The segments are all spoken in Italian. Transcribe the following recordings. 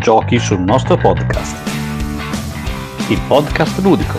Giochi sul nostro podcast, il podcast ludico.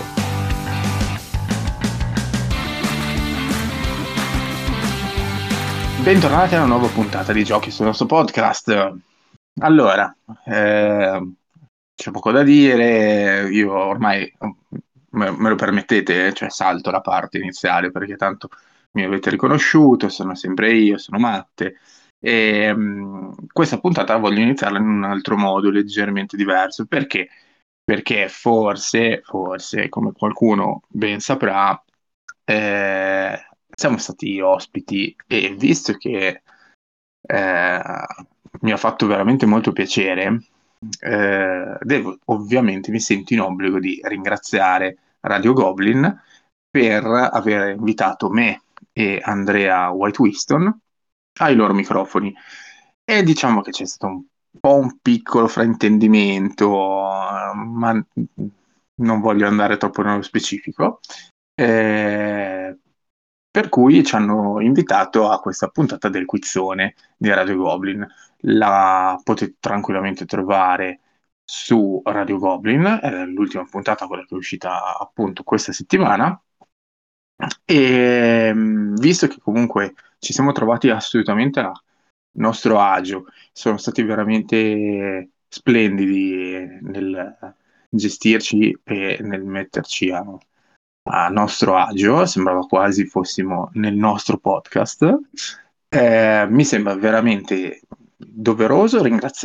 Bentornati a una nuova puntata di Giochi sul nostro podcast. Allora, c'è poco da dire, io ormai me lo permettete, cioè salto la parte iniziale perché tanto mi avete riconosciuto, sono sempre io, sono Matte. E questa puntata voglio iniziarla in un altro modo, leggermente diverso. Perché? Perché forse, come qualcuno ben saprà, siamo stati ospiti e visto che eh, mi ha fatto veramente molto piacere, ovviamente mi sento in obbligo di ringraziare Radio Goblin per aver invitato me e Andrea White Winston ai loro microfoni. E diciamo che c'è stato un po' un piccolo fraintendimento, ma non voglio andare troppo nello specifico. Per cui ci hanno invitato a questa puntata del quizzone di Radio Goblin. La potete tranquillamente trovare su Radio Goblin, è l'ultima puntata, quella che è uscita appunto questa settimana. E visto che comunque ci siamo trovati assolutamente a nostro agio, sono stati veramente splendidi nel gestirci e nel metterci a nostro agio, sembrava quasi fossimo nel nostro podcast. Mi sembra veramente doveroso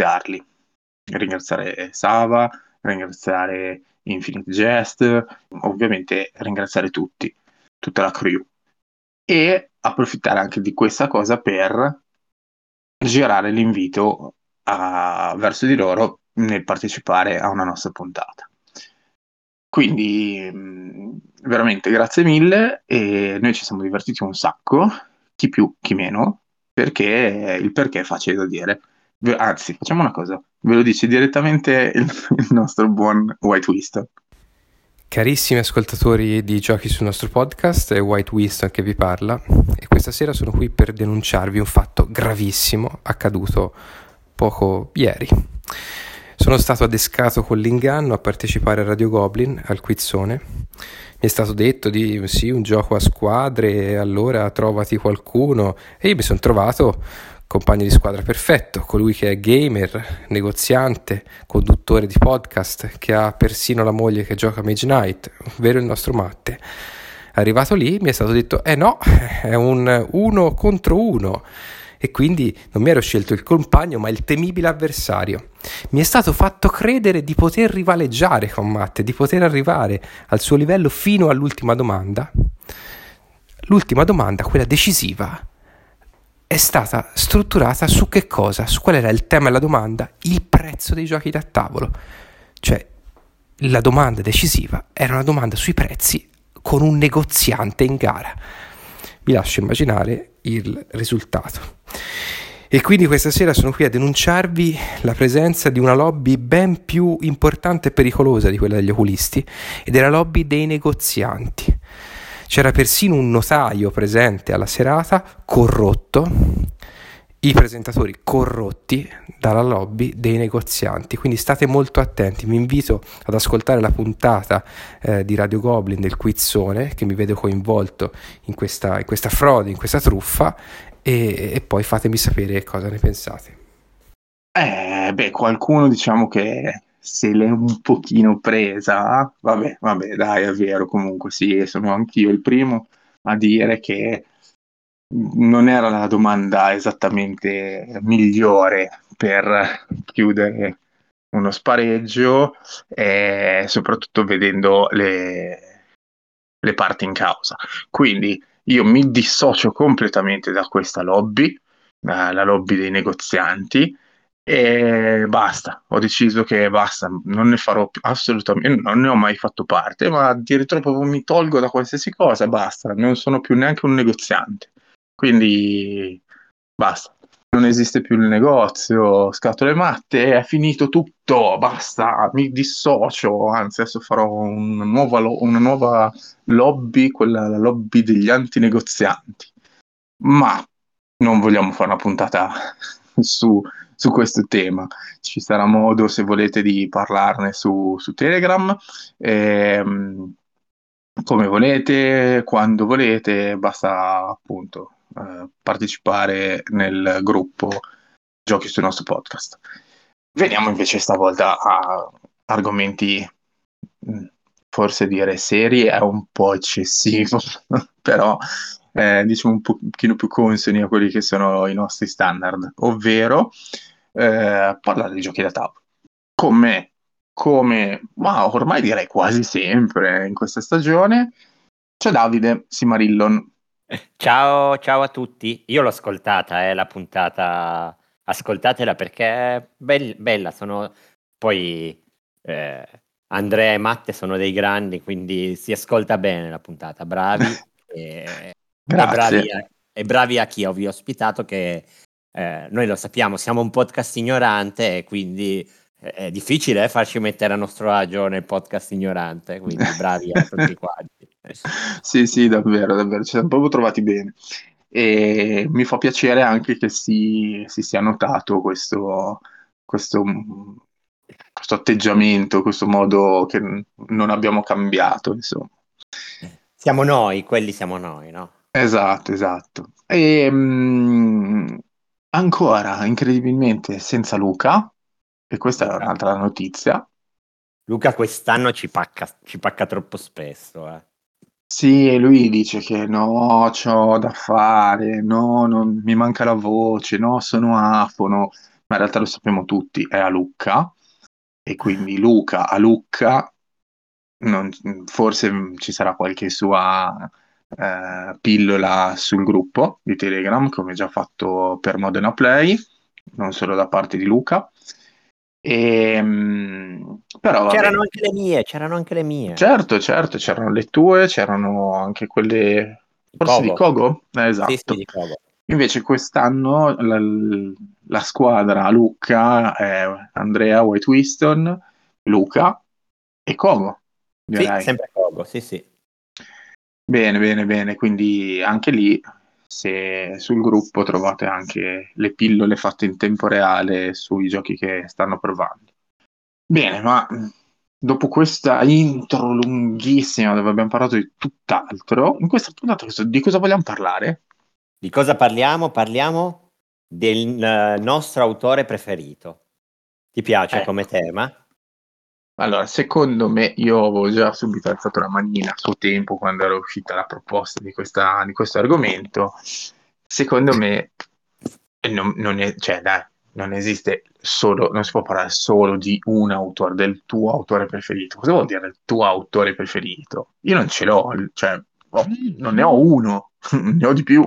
ringraziare Sava, ringraziare Infinite Jest, ovviamente ringraziare tutti, tutta la crew, e approfittare anche di questa cosa per girare l'invito verso di loro nel partecipare a una nostra puntata. Quindi veramente grazie mille, e noi ci siamo divertiti un sacco, chi più chi meno, perché il perché è facile da dire. Anzi, facciamo una cosa, ve lo dice direttamente il nostro buon White Winston. Carissimi ascoltatori di Giochi sul nostro podcast, è White Winston che vi parla e questa sera sono qui per denunciarvi un fatto gravissimo accaduto poco ieri. Sono stato adescato con l'inganno a partecipare a Radio Goblin, al quizzone. Mi è stato detto di sì, un gioco a squadre, allora trovati qualcuno, e io mi sono trovato compagno di squadra perfetto, colui che è gamer, negoziante, conduttore di podcast, che ha persino la moglie che gioca a Mage Knight, ovvero il nostro Matte. Arrivato lì mi è stato detto no, è un 1 contro 1, e quindi non mi ero scelto il compagno ma il temibile avversario. Mi è stato fatto credere di poter rivaleggiare con Matte, di poter arrivare al suo livello fino all'ultima domanda. L'ultima domanda, quella decisiva, è stata strutturata su che cosa? Su qual era il tema della domanda? Il prezzo dei giochi da tavolo. Cioè, la domanda decisiva era una domanda sui prezzi con un negoziante in gara. Vi lascio immaginare il risultato. E quindi questa sera sono qui a denunciarvi la presenza di una lobby ben più importante e pericolosa di quella degli oculisti, ed è la lobby dei negozianti. C'era persino un notaio presente alla serata, corrotto, i presentatori corrotti dalla lobby dei negozianti, quindi state molto attenti. Vi invito ad ascoltare la puntata di Radio Goblin del quizzone, che mi vedo coinvolto in questa frode, in questa truffa, e poi fatemi sapere cosa ne pensate. Qualcuno diciamo che se l'è un pochino presa, vabbè, dai, è vero, comunque sì, sono anch'io il primo a dire che non era la domanda esattamente migliore per chiudere uno spareggio, soprattutto vedendo le parti in causa. Quindi io mi dissocio completamente da questa lobby, la lobby dei negozianti, e basta, ho deciso che basta, non ne farò più, assolutamente, non ne ho mai fatto parte, ma addirittura proprio mi tolgo da qualsiasi cosa, basta, non sono più neanche un negoziante, quindi basta, non esiste più il negozio, scatole matte, è finito tutto, basta, mi dissocio, anzi adesso farò una nuova lobby, la lobby degli antinegozianti, ma non vogliamo fare una puntata su su questo tema. Ci sarà modo, se volete, di parlarne su Telegram. Ehm, Come volete, quando volete, basta appunto partecipare nel gruppo Giochi sul nostro podcast. Veniamo invece stavolta a argomenti, mh, forse dire seri è un po' eccessivo, però diciamo un pochino più consoni a quelli che sono i nostri standard, ovvero parlare di giochi da tavolo. Ma ormai direi quasi sempre in questa stagione, c'è Davide Simarillon. Ciao, ciao a tutti. Io l'ho ascoltata, la puntata. Ascoltatela perché è bella. Poi Andrea e Matte sono dei grandi, quindi si ascolta bene la puntata. Bravi e bravi Grazie. e bravi a chi vi ho ospitato, che noi lo sappiamo, siamo un podcast ignorante e quindi è difficile farci mettere a nostro agio nel podcast ignorante, quindi bravi a tutti quanti. Sì, sì, davvero, davvero, ci siamo proprio trovati bene. E mi fa piacere anche che si sia notato questo, questo atteggiamento, questo modo che non abbiamo cambiato, insomma. Siamo noi, quelli siamo noi, no? Esatto, esatto. E ancora, incredibilmente, senza Luca, e questa è Luca, un'altra notizia. Luca quest'anno ci pacca troppo spesso, eh. Sì, e lui dice che no, c'ho da fare, no, mi manca la voce, no, sono afono, ma in realtà lo sappiamo tutti, è a Lucca, e quindi Luca a Lucca, forse ci sarà qualche sua pillola sul gruppo di Telegram, come già fatto per Modena Play, non solo da parte di Luca, però vabbè. C'erano anche le mie. Certo, certo, c'erano le tue, c'erano anche quelle, Di forse di Kogo. Kogo? Sì, sì, Esatto. di Kogo. Invece quest'anno la squadra a Lucca è Andrea White Winston, Luca e Kogo, Sì, direi. sempre Kogo, sì, sì. Bene, bene, bene. Quindi anche lì, se sul gruppo trovate anche le pillole fatte in tempo reale sui giochi che stanno provando. Bene, ma dopo questa intro lunghissima dove abbiamo parlato di tutt'altro, in questa puntata di cosa vogliamo parlare? Di cosa parliamo? Parliamo del nostro autore preferito. Ti piace come Ecco, tema? allora, secondo me, io avevo già subito alzato la manina a suo tempo quando era uscita la proposta di questo argomento. Secondo me, cioè, dai, non esiste solo, non si può parlare solo di un autore, del tuo autore preferito. Cosa vuol dire il tuo autore preferito? Io non ce l'ho, cioè, non ne ho uno, ne ho di più.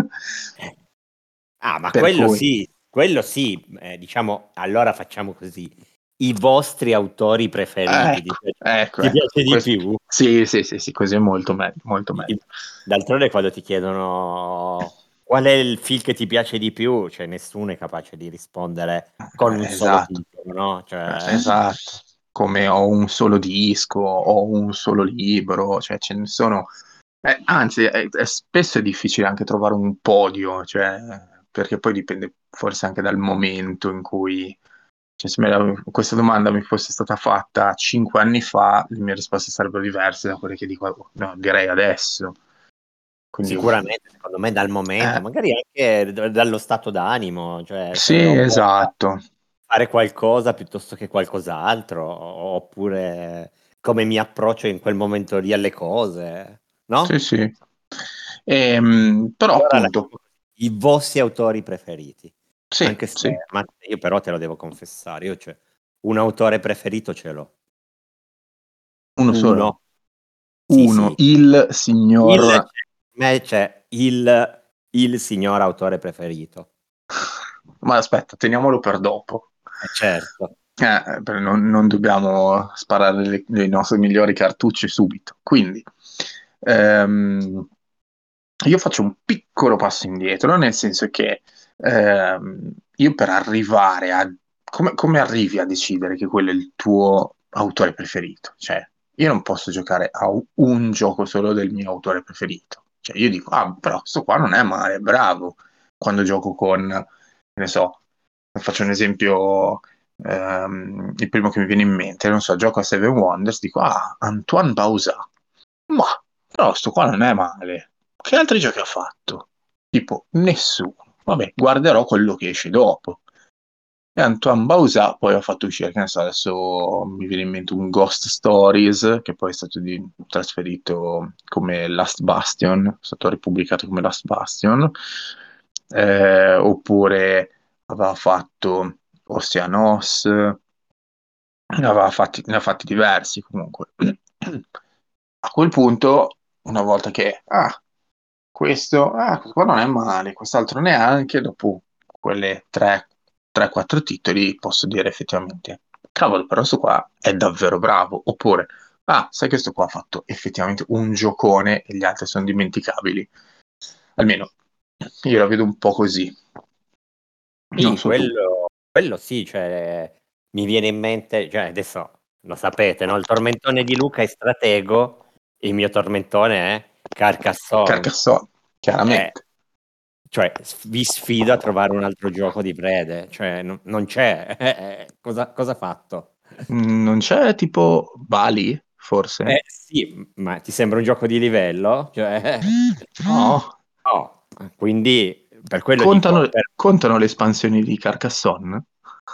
Ah, ma Per cui, quello sì, diciamo, allora facciamo così. I vostri autori preferiti, ecco, ecco, ti ecco. piace di più? Sì, sì, sì, sì, così è molto meglio, molto meglio. D'altronde quando ti chiedono qual è il film che ti piace di più, cioè nessuno è capace di rispondere con un solo Esatto, titolo, no? Cioè, esatto. Come ho un solo disco, ho un solo libro, cioè ce ne sono. Anzi, spesso è difficile anche trovare un podio, cioè, perché poi dipende forse anche dal momento in cui, cioè, se questa domanda mi fosse stata fatta 5 anni fa, le mie risposte sarebbero diverse da quelle che dico, no, direi adesso. Quindi, sicuramente, secondo me, dal momento, eh, magari anche dallo stato d'animo, cioè sì, se ho voglia esatto. di fare qualcosa piuttosto che qualcos'altro, oppure come mi approccio in quel momento lì alle cose, Sì, no? sì. Però Allora appunto, lasciamo i vostri autori preferiti, sì, anche se sì, ma io però te lo devo confessare, io un autore preferito ce l'ho. uno solo. Uno, sì, Uno, sì. il Il, signor. me c'è il signor autore preferito. Ma aspetta, teniamolo per dopo. Certo. Non dobbiamo sparare le nostre migliori cartucce subito. Quindi, ehm, io faccio un piccolo passo indietro, nel senso che io per arrivare a. Come arrivi a decidere che quello è il tuo autore preferito? Cioè, io non posso giocare a un gioco solo del mio autore preferito. Cioè, io dico, ah, però questo qua non è male, è bravo. Quando gioco con, che ne so, faccio un esempio, il primo che mi viene in mente, non so, gioco a Seven Wonders, dico, Antoine Bauza, ma però sto qua non è male. Che altri giochi ha fatto? Tipo, nessuno. Vabbè, guarderò quello che esce dopo. E Antoine Bauza poi ha fatto uscire, che ne so, adesso mi viene in mente un Ghost Stories, che poi è stato trasferito come Last Bastion, è stato ripubblicato come Last Bastion, oppure aveva fatto Oceanos, ne ha fatti diversi comunque. A quel punto, una volta che, questo qua non è male, quest'altro neanche, dopo quelle 3-4 titoli posso dire effettivamente, cavolo, però questo qua è davvero bravo. Oppure, sai che questo qua ha fatto effettivamente un giocone e gli altri sono dimenticabili. Almeno io la vedo un po' così. Non Sì, so tu. quello sì, cioè, mi viene in mente, cioè, adesso lo sapete, no? Il tormentone di Luca è Stratego, il mio tormentone è Carcassonne. Carcassonne, Eh, chiaramente. cioè, vi sfido a trovare un altro gioco di Prede, cioè, non c'è. Cosa ha fatto? Non c'è tipo Bali, forse? Sì, ma ti sembra un gioco di livello? Cioè, No. no, quindi per quello dico, Contano le espansioni di Carcassonne?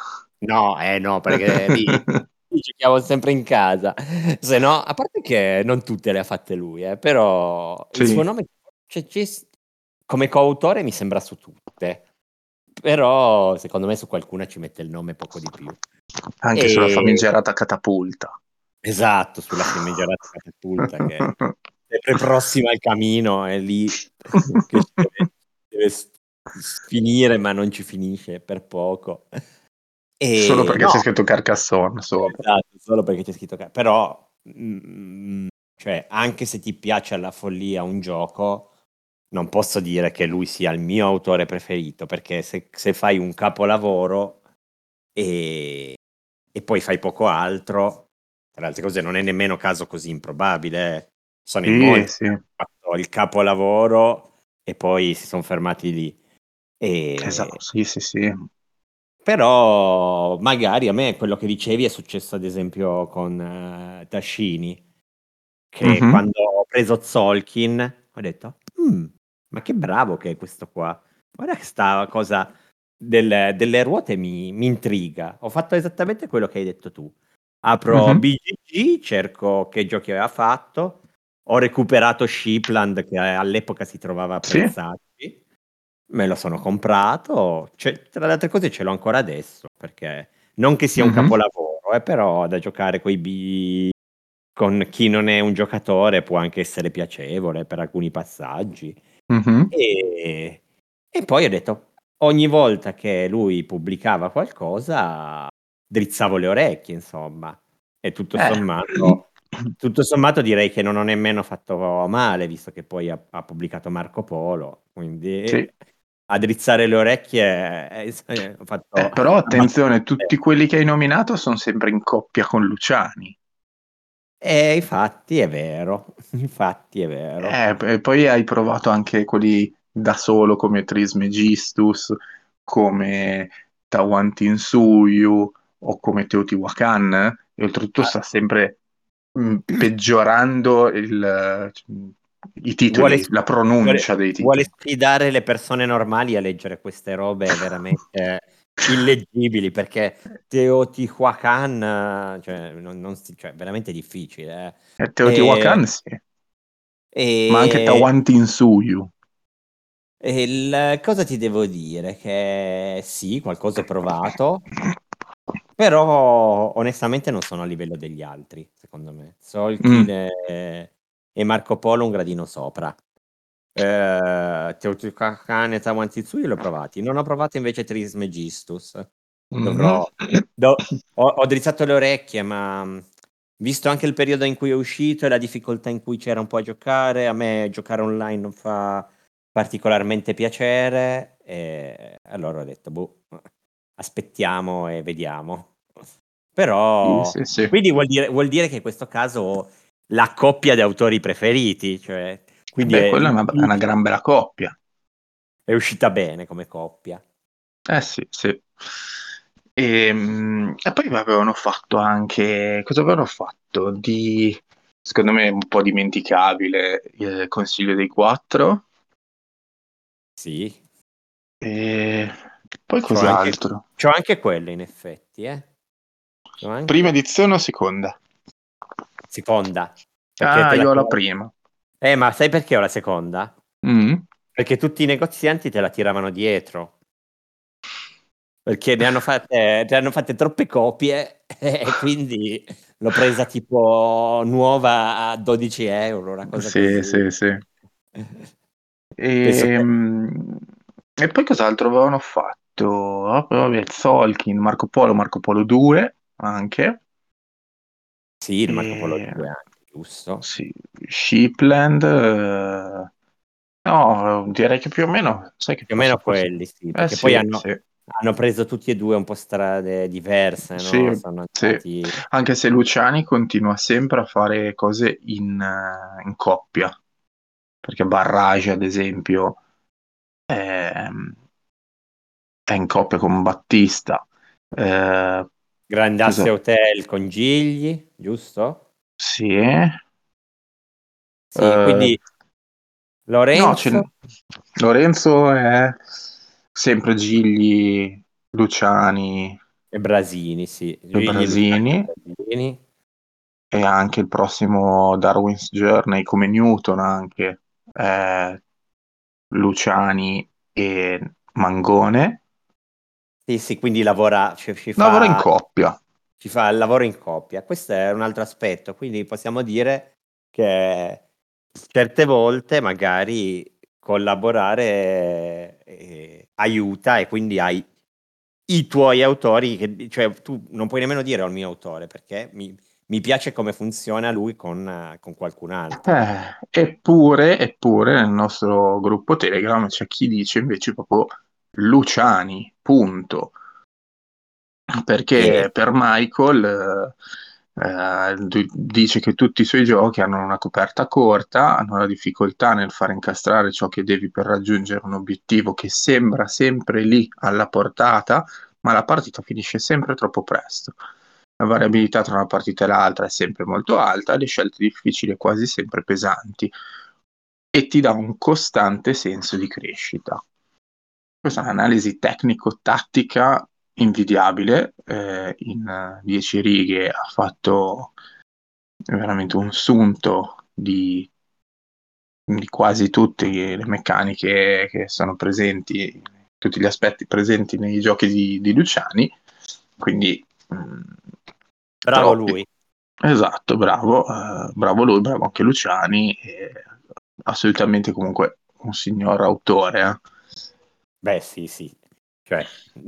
no, perché lì giochiamo sempre in casa. Se no, a parte che non tutte le ha fatte lui, però il suo Sì, nome, cioè, come coautore mi sembra su tutte, però secondo me su qualcuna ci mette il nome poco di più. anche sulla E famigerata catapulta. esatto, sulla famigerata catapulta che è sempre prossima al camino, è lì che deve finire, ma non ci finisce per poco. Solo E perché no, c'è scritto Carcassonne sopra. esatto, solo perché c'è scritto però, cioè, anche se ti piace alla follia un gioco, non posso dire che lui sia il mio autore preferito, perché se fai un capolavoro e, e poi fai poco altro, tra le altre cose non è nemmeno caso così improbabile. Sono in Sì, molti sì, che hanno fatto il capolavoro e poi si sono fermati lì. esatto, E, sì, sì, sì. però magari a me quello che dicevi è successo ad esempio con Tascini, che Mhm, quando ho preso Zolkin ho detto, ma che bravo che è questo qua. Guarda che sta cosa delle ruote mi intriga. Ho fatto esattamente quello che hai detto tu. Apro mhm, BGG, cerco che giochi aveva fatto, ho recuperato Shipland che all'epoca si trovava a sì, prezzacci, me lo sono comprato, tra le altre cose ce l'ho ancora adesso, perché non che sia un mhm, capolavoro, però da giocare con chi non è un giocatore può anche essere piacevole per alcuni passaggi. mhm. E, e poi ho detto, ogni volta che lui pubblicava qualcosa, drizzavo le orecchie, insomma. E Eh, tutto sommato direi che non ho nemmeno fatto male, visto che poi ha pubblicato Marco Polo, quindi sì. a drizzare le orecchie ho fatto Però abbastanza attenzione, tutti bene. quelli che hai nominato sono sempre in coppia con Luciani. Infatti è vero, infatti è vero. E poi hai provato anche quelli da solo come Trismegistus, come Tawantinsuyu o come Teotihuacan, e oltretutto Ah, sta sempre peggiorando i vuole, titoli, la pronuncia dei vuole titoli. sfidare le persone normali a leggere queste robe veramente illeggibili perché Teotihuacan, cioè, cioè, veramente difficile. E E, Teotihuacan sì, ma anche e- Tawantinsuyu. e cosa ti devo dire? Che sì, qualcosa ho provato, però onestamente non sono a livello degli altri, secondo me. Solkin Mm, e Marco Polo un gradino sopra. Teotihuacan e Tawantinsuyo li ho provati. Non ho provato invece Trismegistus. mhm. Dovrò... ho drizzato le orecchie, ma visto anche il periodo in cui è uscito e la difficoltà in cui c'era un po' a giocare, a me giocare online non fa particolarmente piacere. E allora ho detto, boh, aspettiamo e vediamo. Sì, Però, sì, sì. quindi vuol dire che in questo caso la coppia di autori preferiti, cioè, quindi Beh, quella è una gran bella coppia. è uscita bene come coppia. Eh sì, sì. E poi avevano fatto anche, cosa avevano fatto? Secondo me un po' dimenticabile, il Consiglio dei Quattro, Sì, e poi c'ho anche, cos'altro? c'ho anche quello in effetti, C'ho Prima anche edizione o seconda? seconda, perché Ah, te la io ho la tiravano. prima. Ma sai perché ho la seconda? Mm. Perché tutti i negozianti te la tiravano dietro, perché ne hanno fatte troppe copie e quindi l'ho presa tipo nuova a 12 euro, una cosa Sì, così. sì, sì. Penso che E poi cos'altro avevano fatto? Oh, vabbè, Tolkien, Marco Polo 2 anche. sì, il Marco Polo E, 2 anche, giusto? sì, Shipland. No, direi che più o meno, sai che Più o meno forse. quelli, sì, Eh perché poi sì, hanno, sì, hanno preso tutti e due un po' strade diverse, sì, no? Sono sì. andati. Anche se Luciani continua sempre a fare cose in coppia, perché Barrage, ad esempio, ehm, è in coppia con Battista. Eh, Grandasse cosa? Hotel con Gigli, giusto? Sì. Sì, quindi No, Lorenzo Lorenzo è sempre Gigli, Luciani e Brasini, sì, e Gigli, Luciani Brasini, e Brasini. e anche il prossimo Darwin's Journey come Newton anche è Luciani e Mangone. Sì, sì, quindi lavora, Lavora in coppia. ci fa il lavoro in coppia. Questo è un altro aspetto, quindi possiamo dire che certe volte magari collaborare aiuta e quindi hai i tuoi autori, cioè tu non puoi nemmeno dire ho il mio autore perché mi piace come funziona lui con qualcun altro. Eppure nel nostro gruppo Telegram c'è chi dice invece proprio Luciani, punto. E Perché per Michael dice che tutti i suoi giochi hanno una coperta corta, hanno la difficoltà nel far incastrare ciò che devi per raggiungere un obiettivo che sembra sempre lì alla portata, ma la partita finisce sempre troppo presto. La variabilità tra una partita e l'altra è sempre molto alta, le scelte difficili e quasi sempre pesanti, e ti dà un costante senso di crescita. Questa è un'analisi tecnico-tattica invidiabile, in 10 righe ha fatto veramente un sunto di quasi tutte le meccaniche che sono presenti, tutti gli aspetti presenti nei giochi di Luciani, quindi bravo troppi. lui. Esatto, bravo, bravo lui, bravo anche Luciani, e assolutamente comunque un signor autore. Beh, sì, sì. Cioè,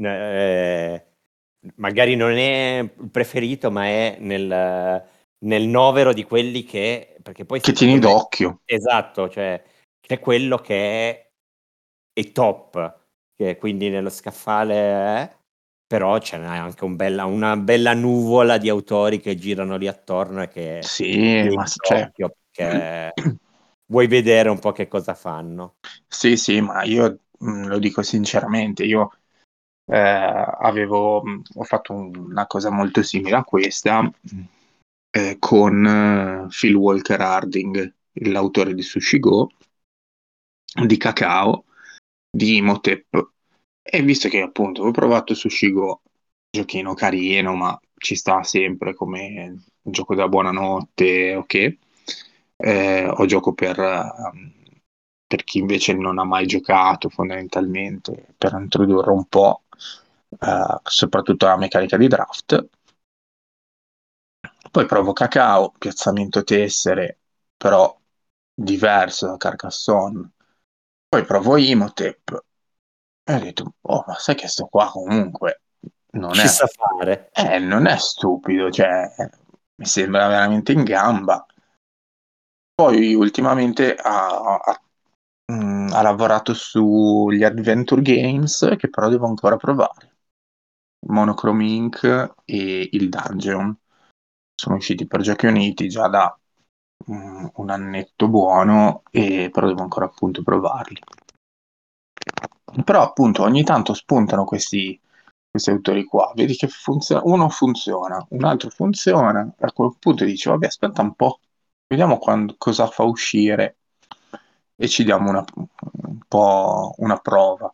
magari non è il preferito, ma è nel novero di quelli che, perché poi Che secondo tieni me, d'occhio. esatto, cioè, che è quello che è top, che quindi nello scaffale è, però c'è anche una bella nuvola di autori che girano lì attorno e che Sì, ma tieni cioè, d'occhio perché vuoi vedere un po' che cosa fanno. sì, sì, ma io lo dico sinceramente, io ho fatto una cosa molto simile a questa con Phil Walker Harding, l'autore di Sushi Go, di Cacao, di Imhotep, e visto che appunto ho provato Sushi Go, giochino carino, ma ci sta sempre come un gioco da buonanotte, ok? O gioco per chi invece non ha mai giocato, fondamentalmente, per introdurre un po', soprattutto la meccanica di draft. Poi provo Cacao, piazzamento tessere, però diverso da Carcassonne. Poi provo Imhotep e ho detto, oh, ma sai che sto qua comunque non Ci è, sa fare. non è stupido, cioè mi sembra veramente in gamba. Poi ultimamente ha lavorato sugli Adventure Games che però devo ancora provare. Monochrome Inc. e il Dungeon sono usciti per Giochi Uniti già da un annetto buono, e però devo ancora appunto provarli. Però appunto ogni tanto spuntano questi autori qua, vedi che funziona, uno funziona, un altro funziona, a quel punto dici, vabbè, aspetta un po', vediamo cosa fa uscire e ci diamo un po' una prova.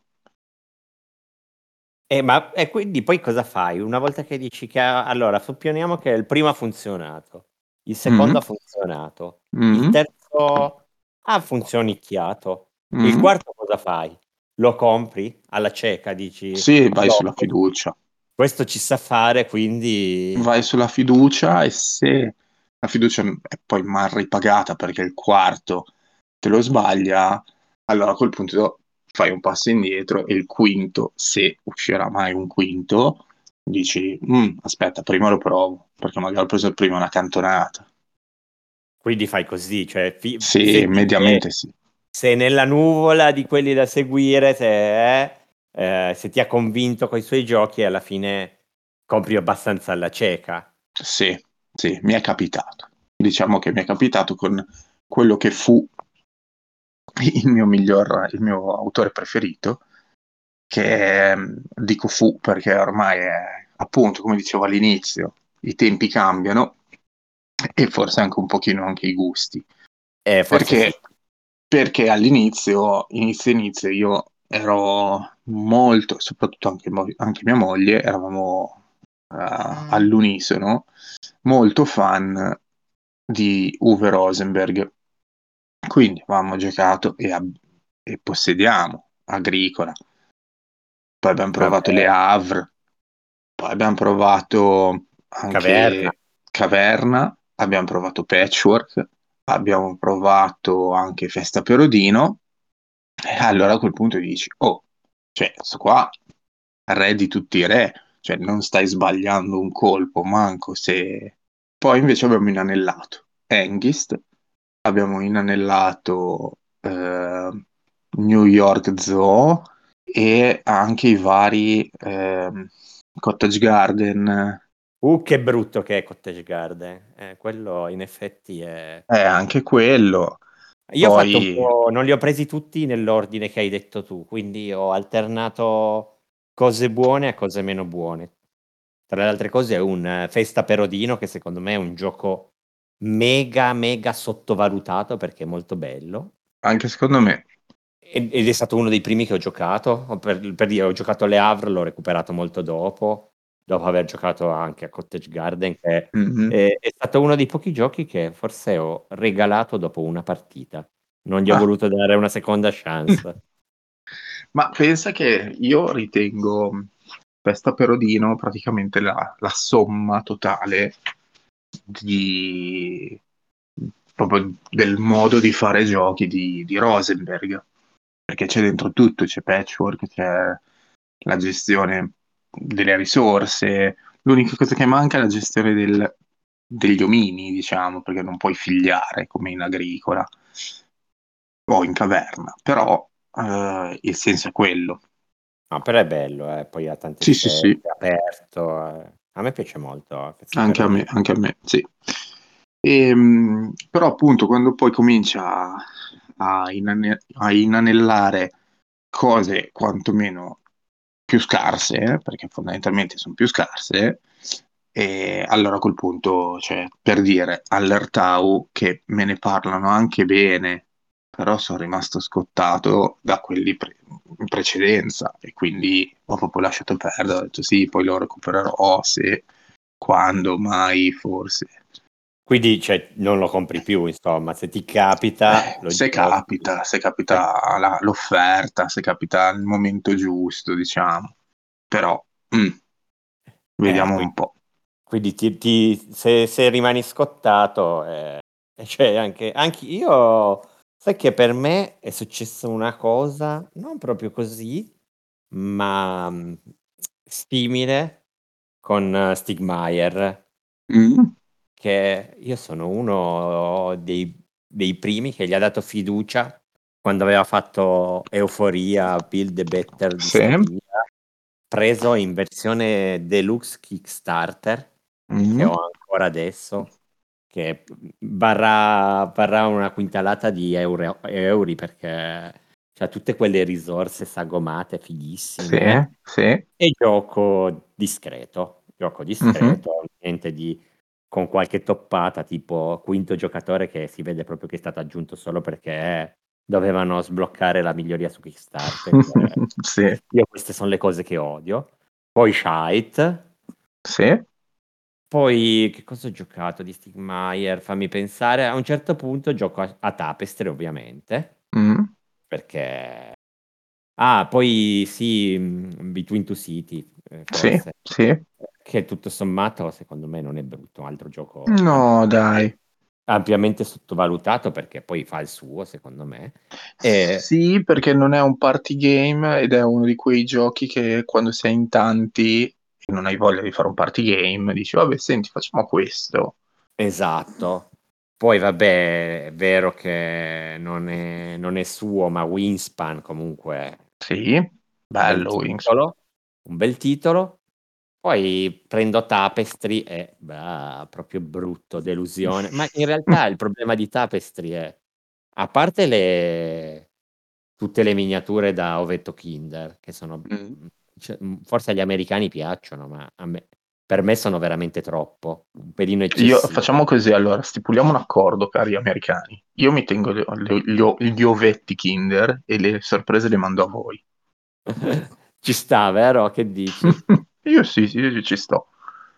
E quindi poi cosa fai? Una volta che dici che allora, supponiamo che il primo ha funzionato, il secondo Mm, ha funzionato, il mm, terzo ha funzionicchiato, il mm. quarto cosa fai? Lo compri alla cieca, dici, Sì, vai no, sulla fiducia. questo ci sa fare, quindi Vai sulla fiducia e se la fiducia è poi mal ripagata perché il quarto te lo sbaglia, allora a quel punto fai un passo indietro e il quinto, se uscirà mai un quinto, dici, aspetta, prima lo provo, perché magari ho preso il primo una cantonata. quindi fai così, cioè Sì, mediamente sì. sei nella nuvola di quelli da seguire, se ti ha convinto con i suoi giochi, alla fine compri abbastanza alla cieca. Sì, sì, mi è capitato. Diciamo che mi è capitato con quello che fu il mio autore preferito, che dico fu perché ormai è, appunto, come dicevo all'inizio, i tempi cambiano e forse anche un pochino anche i gusti. Forse sì. Perché, perché inizio io ero molto, soprattutto anche mia moglie, eravamo all'unisono molto fan di Uwe Rosenberg. Quindi avevamo giocato e possediamo Agricola, poi abbiamo provato Le Vabbè, Havre, poi abbiamo provato Caverna. anche Caverna, abbiamo provato Patchwork, abbiamo provato anche Festa per Odino, e allora a quel punto dici, oh, cioè, sto qua, re di tutti i re, cioè non stai sbagliando un colpo, manco se... Poi invece abbiamo inanellato Hengist, abbiamo inanellato New York Zoo e anche i vari Cottage Garden, Che brutto che è Cottage Garden. Quello in effetti è... anche quello. Io ho fatto un Poi po', non li ho presi tutti nell'ordine che hai detto tu, quindi ho alternato cose buone a cose meno buone. Tra le altre cose è un Festa per Odino, che secondo me è un gioco mega, mega sottovalutato perché è molto bello. anche secondo me, Ed è stato uno dei primi che ho giocato. Per dire, ho giocato alle Havre, l'ho recuperato molto dopo aver giocato anche a Cottage Garden, che mhm. è stato uno dei pochi giochi che forse ho regalato dopo una partita. Non gli ho Ah, voluto dare una seconda chance. ma pensa che io ritengo Festa per Odino praticamente la somma totale di, proprio del modo di fare giochi di Rosenberg, perché c'è dentro tutto, c'è Patchwork, c'è la gestione delle risorse, l'unica cosa che manca è la gestione degli omini, diciamo, perché non puoi figliare come in agricola o in caverna, però il senso è quello. No, però è bello, poi ha tante Sì, sì, sì, scelte, è aperto. A me piace molto Festa per anche a me, sì. Però appunto quando poi comincia a inanellare cose quantomeno più scarse, perché fondamentalmente sono più scarse, e allora a quel punto, cioè, per dire, Allertau, che me ne parlano anche bene, però sono rimasto scottato da quelli in precedenza e quindi ho proprio lasciato perdere, ho detto sì, poi lo recupererò se, quando, mai, forse. Quindi, cioè, non lo compri più, insomma, se ti capita lo giochi. Se Eh, capita l'offerta, se capita il momento giusto, diciamo. Però, vediamo un quindi, po'. quindi se rimani scottato, cioè anche io, sai che per me è successa una cosa, non proprio così, ma simile con Stigmaier, Mm, che io sono uno dei primi che gli ha dato fiducia quando aveva fatto Euforia, Build the Better sì. distopia, preso in versione deluxe Kickstarter, che Mm. ho ancora adesso, che varrà una quintalata di euro, perché c'ha tutte quelle risorse sagomate fighissime. sì. E gioco discreto, Mhm. niente di con qualche toppata, tipo quinto giocatore che si vede proprio che è stato aggiunto solo perché dovevano sbloccare la miglioria su Kickstarter. Sì, Io queste sono le cose che odio. Poi Shite. sì. Poi che cosa ho giocato di Stigmaier? Fammi pensare. A un certo punto gioco a Tapestry, ovviamente, Mm. perché... Ah, poi sì, Between Two City, Sì, forse, sì. che tutto sommato secondo me non è brutto, un altro gioco No, dai. ampiamente sottovalutato perché poi fa il suo, secondo me. E, Sì, perché non è un party game ed è uno di quei giochi che quando sei in tanti e non hai voglia di fare un party game, dici, vabbè, senti, facciamo questo. esatto. Poi vabbè, è vero che non è suo, ma Wingspan comunque Sì, un bel bello Wings. titolo, un bel titolo. Poi prendo Tapestry e bah, proprio brutto, delusione. Ma in realtà il problema di Tapestry è, a parte tutte le miniature da ovetto Kinder, che sono, Mm. forse agli americani piacciono, ma per me sono veramente troppo, un pelino eccessivo. Facciamo così, allora, stipuliamo un accordo, cari americani. Io mi tengo gli ovetti Kinder e le sorprese le mando a voi. Ci sta, vero? Che dici? Io sì, sì, io ci sto.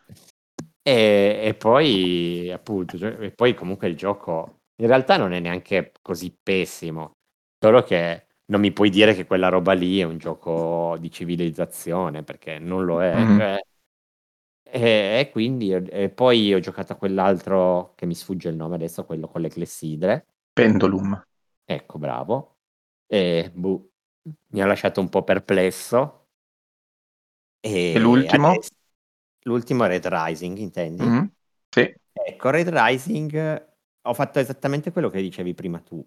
E poi, appunto, e poi comunque il gioco in realtà non è neanche così pessimo, solo che non mi puoi dire che quella roba lì è un gioco di civilizzazione, perché non lo è. Mm. Cioè, e quindi, e poi ho giocato a quell'altro che mi sfugge il nome adesso, quello con le clessidre. Pendulum. Ecco, bravo. E boh, mi ha lasciato un po' perplesso. E E l'ultimo? adesso l'ultimo è Red Rising, intendi? Mm. Sì. Ecco, Red Rising ho fatto esattamente quello che dicevi prima tu.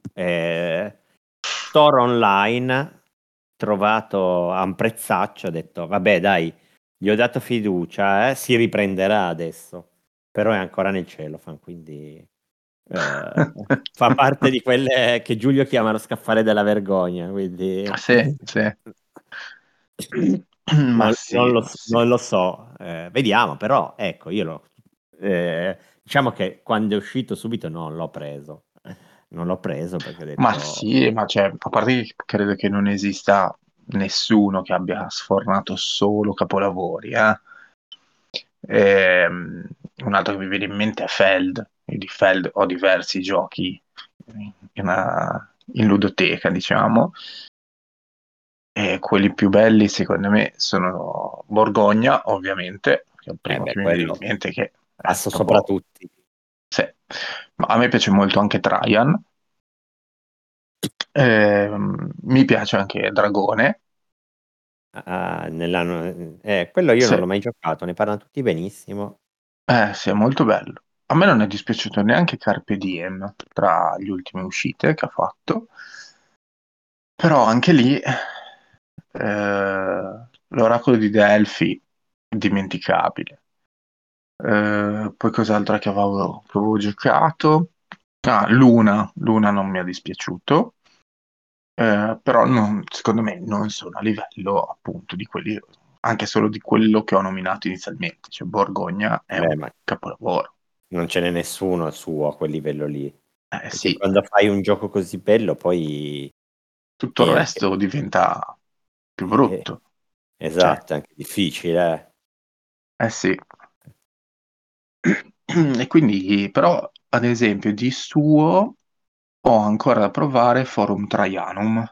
Store online, trovato a un prezzaccio, ho detto, vabbè dai, gli ho dato fiducia, si riprenderà adesso. Però è ancora nel cellophane, quindi fa parte di quelle che Giulio chiama lo scaffale della vergogna, quindi... Sì, sì. Ma sì, ma sì. Non lo so, vediamo, però ecco, diciamo che quando è uscito subito non l'ho preso, non l'ho preso perché ho Ma detto, sì, ma cioè, a parte che credo che non esista nessuno che abbia sfornato solo capolavori, eh. Un altro che mi viene in mente è Feld. Io di Feld ho diversi giochi in ludoteca, diciamo, e quelli più belli secondo me sono Borgogna, ovviamente, che è il primo beh, che mi viene in quello mente, che è passo sopra proprio... tutti. Sì. Ma a me piace molto anche Traian. Mi piace anche Dragone. Quello io Sì, non l'ho mai giocato, ne parlano tutti benissimo. sì, è molto bello. A me non è dispiaciuto neanche Carpe Diem tra le ultime uscite che ha fatto, però anche lì l'oracolo di Delfi, dimenticabile. Poi cos'altro che avevo giocato? Ah, Luna non mi è dispiaciuto. Però secondo me non sono a livello appunto di quelli, anche solo di quello che ho nominato inizialmente, cioè Borgogna è un Ma capolavoro. non ce n'è nessuno suo a quel livello lì, perché Sì, quando fai un gioco così bello poi tutto il è anche, resto diventa più eh, brutto. Cioè, esatto, è anche difficile. sì. E quindi, però, ad esempio, di suo ho ancora da provare Forum Traianum,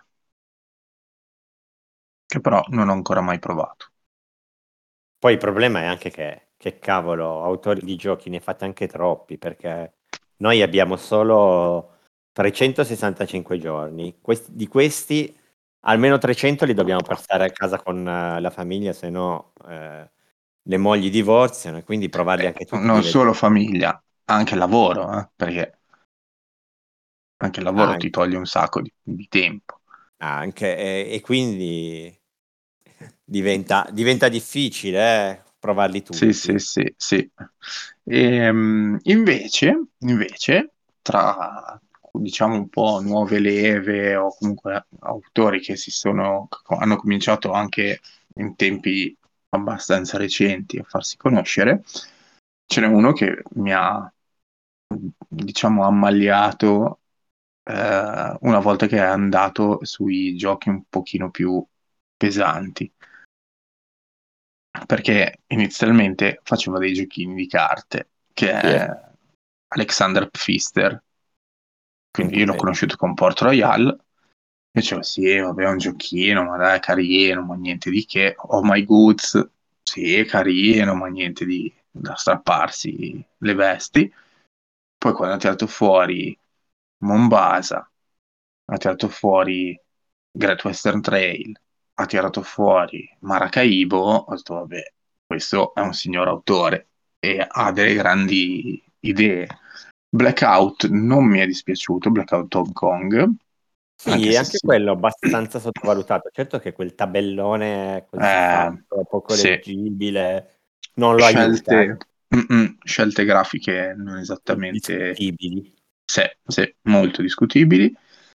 che però non ho ancora mai provato. Poi il problema è anche che cavolo, autori di giochi ne fate anche troppi, perché noi abbiamo solo 365 giorni. Di questi, almeno 300 li dobbiamo passare a casa con la famiglia, se no le mogli divorziano, e quindi provarli anche tutti Non diventa... solo famiglia, anche lavoro, perché anche il lavoro ti Anche, toglie un sacco di tempo. anche, e quindi diventa difficile, provarli Sì, sì, tutti. sì, sì. Invece, tra diciamo un po' nuove leve o comunque autori che hanno cominciato anche in tempi abbastanza recenti a farsi conoscere, ce n'è uno che mi ha, diciamo, ammaliato una volta che è andato sui giochi un pochino più pesanti, perché inizialmente faceva dei giochini di carte, che è Alexander Pfister, quindi io l'ho conosciuto con Port Royal. Dicevo, sì, vabbè, è un giochino, ma dai, carino, ma niente di che. Oh My Goods, sì, carino, ma niente di da strapparsi le vesti. Poi quando ha tirato fuori Mombasa, ha tirato fuori Great Western Trail, ha tirato fuori Maracaibo, ho detto, vabbè, questo è un signor autore e ha delle grandi idee. Blackout non mi è dispiaciuto, Blackout Hong Kong. Sì, anche quello abbastanza sottovalutato. Certo che quel tabellone così fatto, poco leggibile, non lo aiuta. Scelte grafiche non esattamente discutibili. Sì, molto discutibili.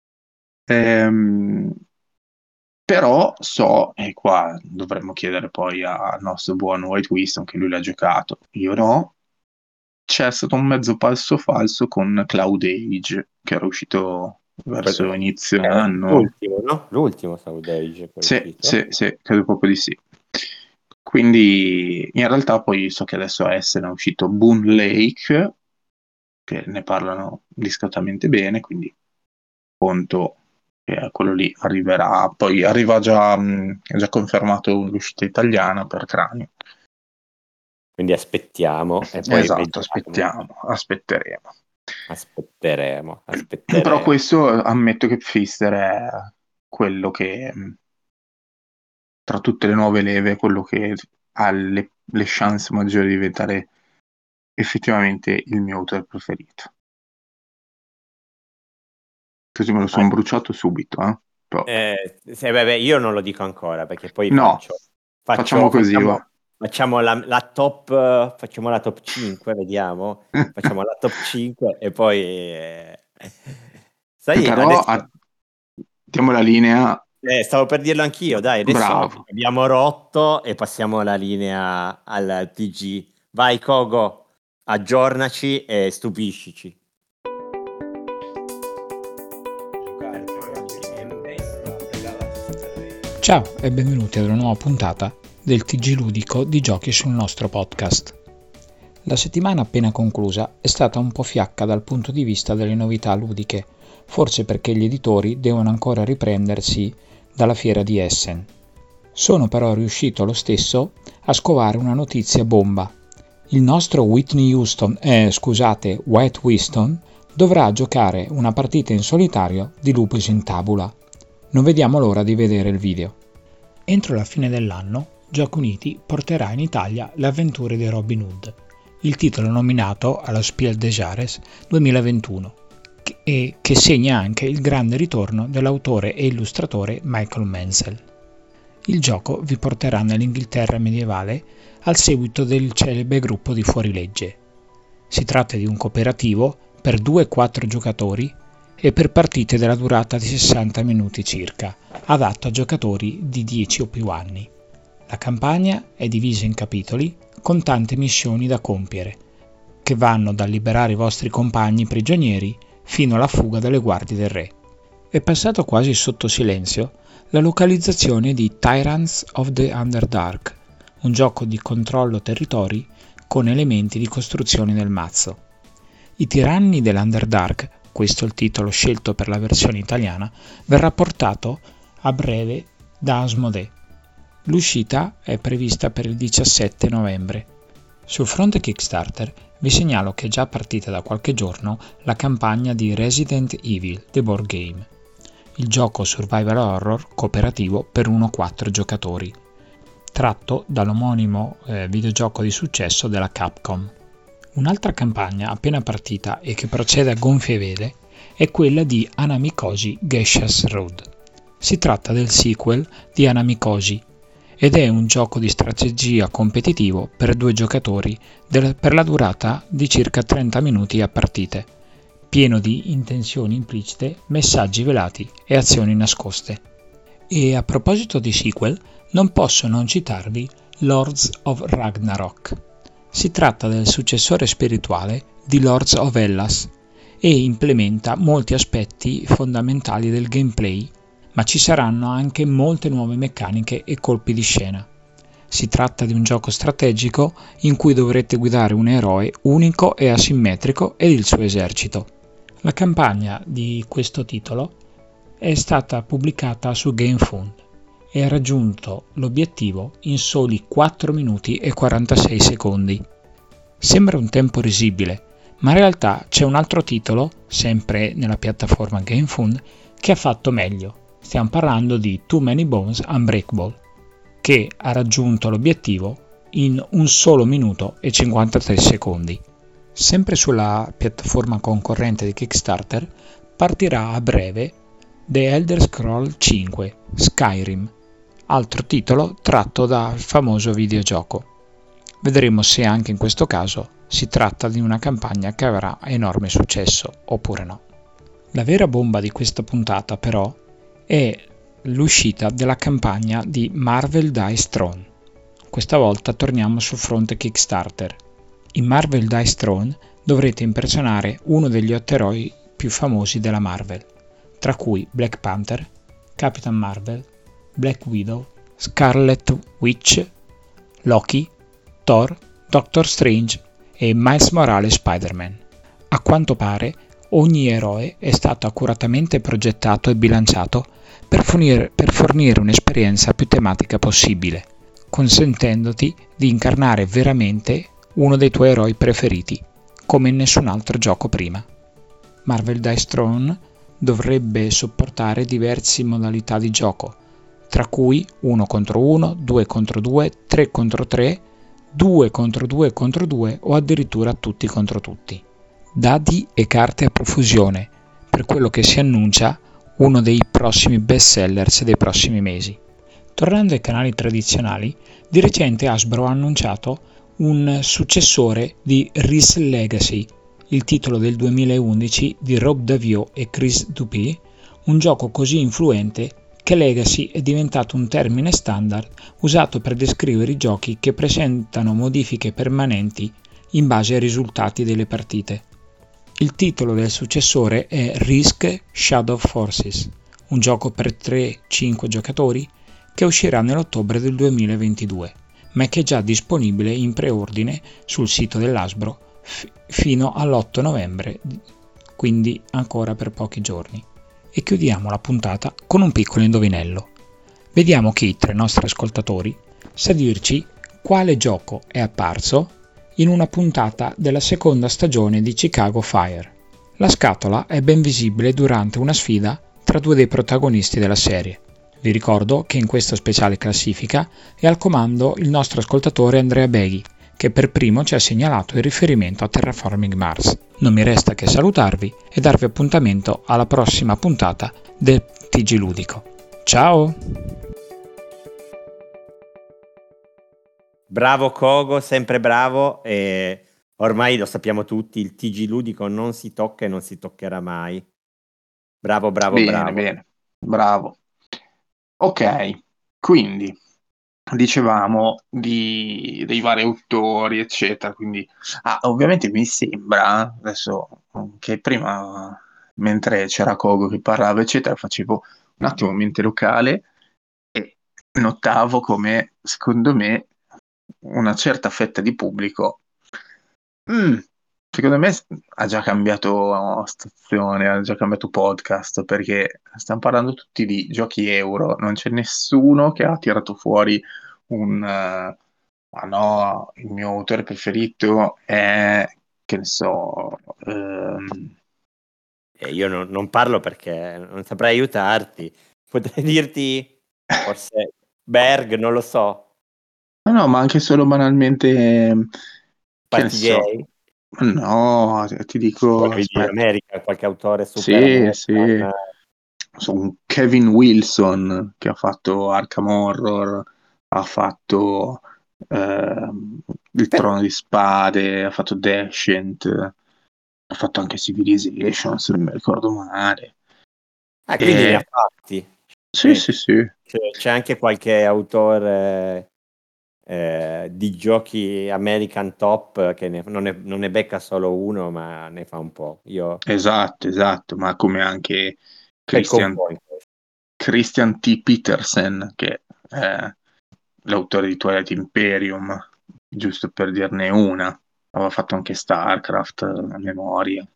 Però so, e qua dovremmo chiedere poi al nostro buon White Winston, che lui l'ha giocato, io no, c'è stato un mezzo passo falso con Cloud Age, che era uscito verso inizio anno. L'ultimo, no? L'ultimo Cloud Age. Sì, credo proprio di sì. Quindi in realtà poi so che adesso a Essen è uscito Boon Lake, che ne parlano discretamente bene, quindi conto che quello lì arriverà. Poi arriva già, è già confermato l'uscita italiana per Cranio. Quindi aspettiamo. E poi esatto, aspetteremo. Però questo ammetto che Pfister è quello che, tra tutte le nuove leve, quello che ha le chance maggiori di diventare effettivamente il mio autore preferito. Così me lo sono bruciato subito. Io non lo dico ancora, perché poi facciamo così. Facciamo la top, facciamo la top 5, vediamo. Facciamo la top 5 e poi sai, però adesso diamo la linea. Stavo per dirlo anch'io, dai, adesso Bravo. Abbiamo rotto e passiamo la linea al TG. Vai Kogo, aggiornaci e stupiscici. Ciao e benvenuti ad una nuova puntata del TG ludico di giochi sul nostro podcast. La settimana appena conclusa è stata un po' fiacca dal punto di vista delle novità ludiche, forse perché gli editori devono ancora riprendersi dalla fiera di Essen. Sono però riuscito lo stesso a scovare una notizia bomba. Il nostro White Winston dovrà giocare una partita in solitario di Lupus in Tabula. Non vediamo l'ora di vedere il video. Entro la fine dell'anno, Giochi Uniti porterà in Italia Le avventure di Robin Hood, il titolo nominato alla Spiel des Jahres 2021, che segna anche il grande ritorno dell'autore e illustratore Michael Menzel. Il gioco vi porterà nell'Inghilterra medievale al seguito del celebre gruppo di fuorilegge. Si tratta di un cooperativo per 2-4 giocatori e per partite della durata di 60 minuti circa, adatto a giocatori di 10 o più anni. La campagna è divisa in capitoli con tante missioni da compiere, che vanno dal liberare i vostri compagni prigionieri fino alla fuga dalle guardie del re. È passato quasi sotto silenzio la localizzazione di Tyrants of the Underdark, un gioco di controllo territori con elementi di costruzione del mazzo. I tiranni dell'Underdark, questo è il titolo scelto per la versione italiana, verrà portato a breve da Asmodee. L'uscita è prevista per il 17 novembre. Sul fronte Kickstarter vi segnalo che è già partita da qualche giorno la campagna di Resident Evil The Board Game, il gioco survival horror cooperativo per 1-4 giocatori, tratto dall'omonimo videogioco di successo della Capcom. Un'altra campagna appena partita e che procede a gonfie vele è quella di Hanamikoshi Geisha's Road. Si tratta del sequel di Hanamikoshi ed è un gioco di strategia competitivo per 2 giocatori per la durata di circa 30 minuti a partite. pieno di intenzioni implicite, messaggi velati e azioni nascoste. E a proposito di sequel, non posso non citarvi Lords of Ragnarok. Si tratta del successore spirituale di Lords of Hellas e implementa molti aspetti fondamentali del gameplay, ma ci saranno anche molte nuove meccaniche e colpi di scena. Si tratta di un gioco strategico in cui dovrete guidare un eroe unico e asimmetrico ed il suo esercito. La campagna di questo titolo è stata pubblicata su GameFound e ha raggiunto l'obiettivo in soli 4 minuti e 46 secondi. Sembra un tempo risibile, ma in realtà c'è un altro titolo, sempre nella piattaforma GameFound, che ha fatto meglio. Stiamo parlando di Too Many Bones Unbreakable, che ha raggiunto l'obiettivo in un solo minuto e 53 secondi. Sempre sulla piattaforma concorrente di Kickstarter partirà a breve The Elder Scrolls 5 Skyrim, altro titolo tratto dal famoso videogioco. Vedremo se anche in questo caso si tratta di una campagna che avrà enorme successo oppure no. La vera bomba di questa puntata però è l'uscita della campagna di Marvel Dice Throne. Questa volta torniamo sul fronte Kickstarter. In Marvel Dice Throne dovrete impersonare uno degli 8 eroi più famosi della Marvel, tra cui Black Panther, Capitan Marvel, Black Widow, Scarlet Witch, Loki, Thor, Doctor Strange e Miles Morales Spider-Man. A quanto pare ogni eroe è stato accuratamente progettato e bilanciato per fornire un'esperienza più tematica possibile, consentendoti di incarnare veramente uno dei tuoi eroi preferiti, come in nessun altro gioco prima. Marvel Dice Throne dovrebbe supportare diverse modalità di gioco, tra cui 1 contro 1, 2 contro 2, 3 contro 3, 2 contro 2 contro 2 o addirittura tutti contro tutti. Dadi e carte a profusione, per quello che si annuncia uno dei prossimi best sellers dei prossimi mesi. Tornando ai canali tradizionali, di recente Hasbro ha annunciato un successore di Risk Legacy, il titolo del 2011 di Rob Daviau e Chris Dupuis, un gioco così influente che Legacy è diventato un termine standard usato per descrivere i giochi che presentano modifiche permanenti in base ai risultati delle partite. Il titolo del successore è Risk Shadow Forces, un gioco per 3-5 giocatori che uscirà nell'ottobre del 2022, ma che è già disponibile in preordine sul sito dell'Hasbro fino all'8 novembre, quindi ancora per pochi giorni. E chiudiamo la puntata con un piccolo indovinello. Vediamo chi tra i nostri ascoltatori sa dirci quale gioco è apparso in una puntata della seconda stagione di Chicago Fire. La scatola è ben visibile durante una sfida tra 2 dei protagonisti della serie. Vi ricordo che in questa speciale classifica è al comando il nostro ascoltatore Andrea Beghi, che per primo ci ha segnalato il riferimento a Terraforming Mars. Non mi resta che salutarvi e darvi appuntamento alla prossima puntata del TG Ludico. Ciao! Bravo Kogo, sempre bravo, e ormai lo sappiamo tutti, il TG Ludico non si tocca e non si toccherà mai. Bravo, bravo, Bene, bravo. bene, bravo. Ok, quindi dicevamo dei vari autori, eccetera. Quindi, ovviamente mi sembra adesso che prima, mentre c'era Kogo che parlava, eccetera, facevo un attimo mente locale e notavo come, secondo me, una certa fetta di pubblico, secondo me, ha già cambiato stazione, ha già cambiato podcast, perché stiamo parlando tutti di giochi euro, non c'è nessuno che ha tirato fuori ah no, il mio autore preferito è, che ne so, Io non parlo perché non saprei aiutarti. Potrei dirti forse Berg, non lo so. no, ma anche solo banalmente, che ne Party so, Gay, no, ti dico, quello di aspetta, America, qualche autore sì, super sì. American. Un Kevin Wilson che ha fatto Arkham Horror, ha fatto il Trono di Spade, ha fatto Descent. Ha fatto anche Civilization, se non mi ricordo male. Quindi ne ha fatti. Eh, Sì. c'è anche qualche autore di giochi American Top che non ne becca solo uno, ma ne fa un po'. Io Esatto, ma come anche becco un Christian, po' in questo. Christian T. Petersen, che è l'autore di Twilight Imperium, giusto per dirne una. Aveva fatto anche StarCraft a memoria.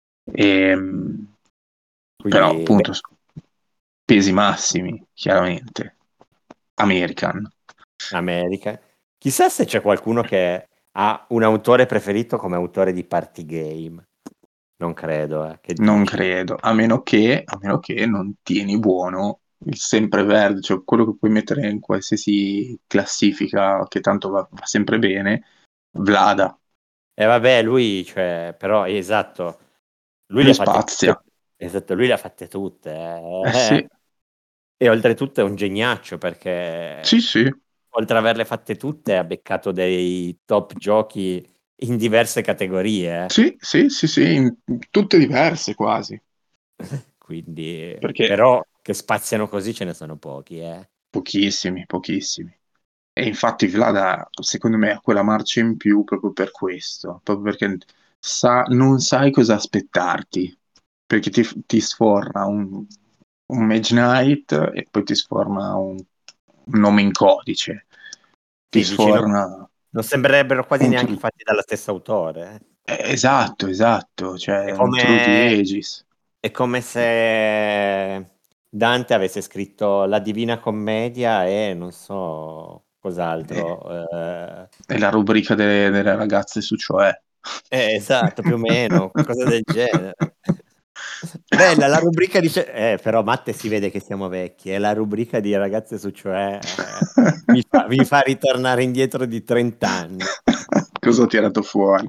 Però Quindi appunto pesi massimi, chiaramente. American. America. Chissà se c'è qualcuno che ha un autore preferito come autore di party game. Non credo, che Non dici? credo, a meno che non tieni buono il sempreverde, cioè quello che puoi mettere in qualsiasi classifica, che tanto va sempre bene, Vlada, E vabbè, lui, cioè, però, esatto, lui le lui ha fatte spazia. tutte. Esatto, lui le ha fatte tutte. Eh sì, E oltretutto è un geniaccio perché sì, oltre ad averle fatte tutte ha beccato dei top giochi in diverse categorie. sì, tutte diverse quasi, Quindi, perché però che spaziano così ce ne sono pochi, eh. pochissimi. E infatti Vlada, secondo me, ha quella marcia in più proprio per questo, proprio perché non sai cosa aspettarti, perché ti sforna un Mage Knight e poi ti sforna un nome in codice, ti Sì, dici, sforna non sembrerebbero quasi un neanche True. fatti dallo stesso autore. Esatto, È cioè un True di come, Aegis. è come se Dante avesse scritto la Divina Commedia e non so Eh, cos'altro. È la rubrica delle ragazze su cioè. Esatto, più o meno, qualcosa del genere. Bella la rubrica dice, però Matte si vede che siamo vecchi, e la rubrica di ragazze su cioè mi fa ritornare indietro di 30 anni. Cosa ho tirato fuori?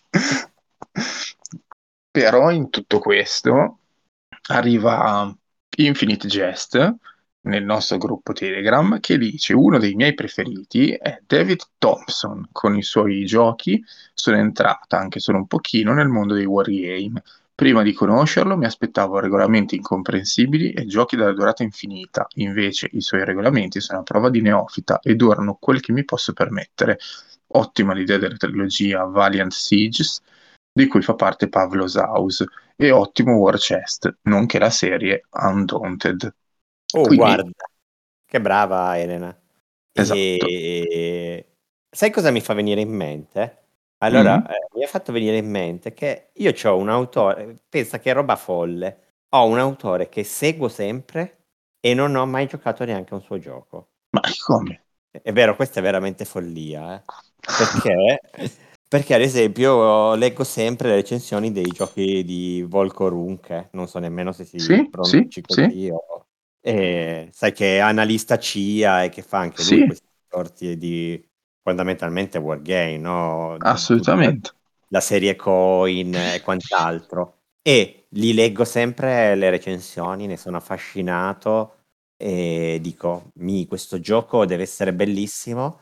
Però in tutto questo arriva Infinite Jest nel nostro gruppo Telegram che dice uno dei miei preferiti è David Thompson con i suoi giochi. Sono entrata anche solo un pochino nel mondo dei wargame. Prima di conoscerlo mi aspettavo regolamenti incomprensibili e giochi dalla durata infinita, invece i suoi regolamenti sono a prova di neofita e durano quel che mi posso permettere. Ottima l'idea della trilogia Valiant Sieges, di cui fa parte Pavlos House, e ottimo War Chest, nonché la serie Undaunted. Oh, Quindi, guarda, che brava Elena. esatto. E sai cosa mi fa venire in mente? Allora, Mm. mi ha fatto venire in mente che io ho un autore, pensa che roba folle, ho un autore che seguo sempre e non ho mai giocato neanche a un suo gioco. Ma come? È vero, questa è veramente follia, perché? Perché ad esempio leggo sempre le recensioni dei giochi di Volko Runke, non so nemmeno se si pronunci Sì, così, e sai che è analista CIA e che fa anche lui sì, questi sorti di fondamentalmente wargame, no? Tutta assolutamente. la serie Coin e quant'altro. E li leggo sempre le recensioni, ne sono affascinato e dico, questo gioco deve essere bellissimo.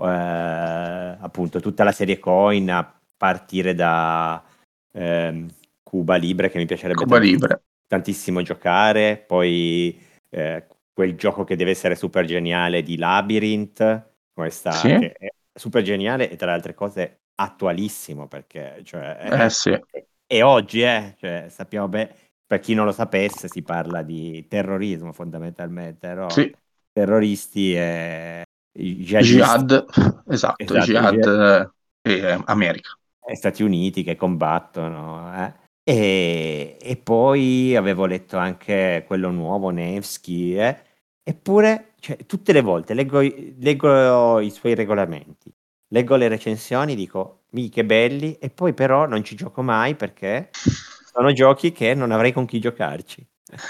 Appunto, tutta la serie Coin a partire da Cuba Libre, che mi piacerebbe Cuba Libre. tantissimo giocare, poi quel gioco che deve essere super geniale di Labyrinth, questa Sì, che è super geniale e tra le altre cose attualissimo perché cioè, sì, è oggi, cioè, sappiamo bene, per chi non lo sapesse, si parla di terrorismo fondamentalmente, no? sì. Terroristi e i jihadisti, Jihad, esatto, esatto, Jihad e America. Stati Uniti che combattono. E poi avevo letto anche quello nuovo, Nevsky, eppure cioè, tutte le volte leggo i suoi regolamenti, leggo le recensioni, dico, che belli, e poi però non ci gioco mai perché sono giochi che non avrei con chi giocarci.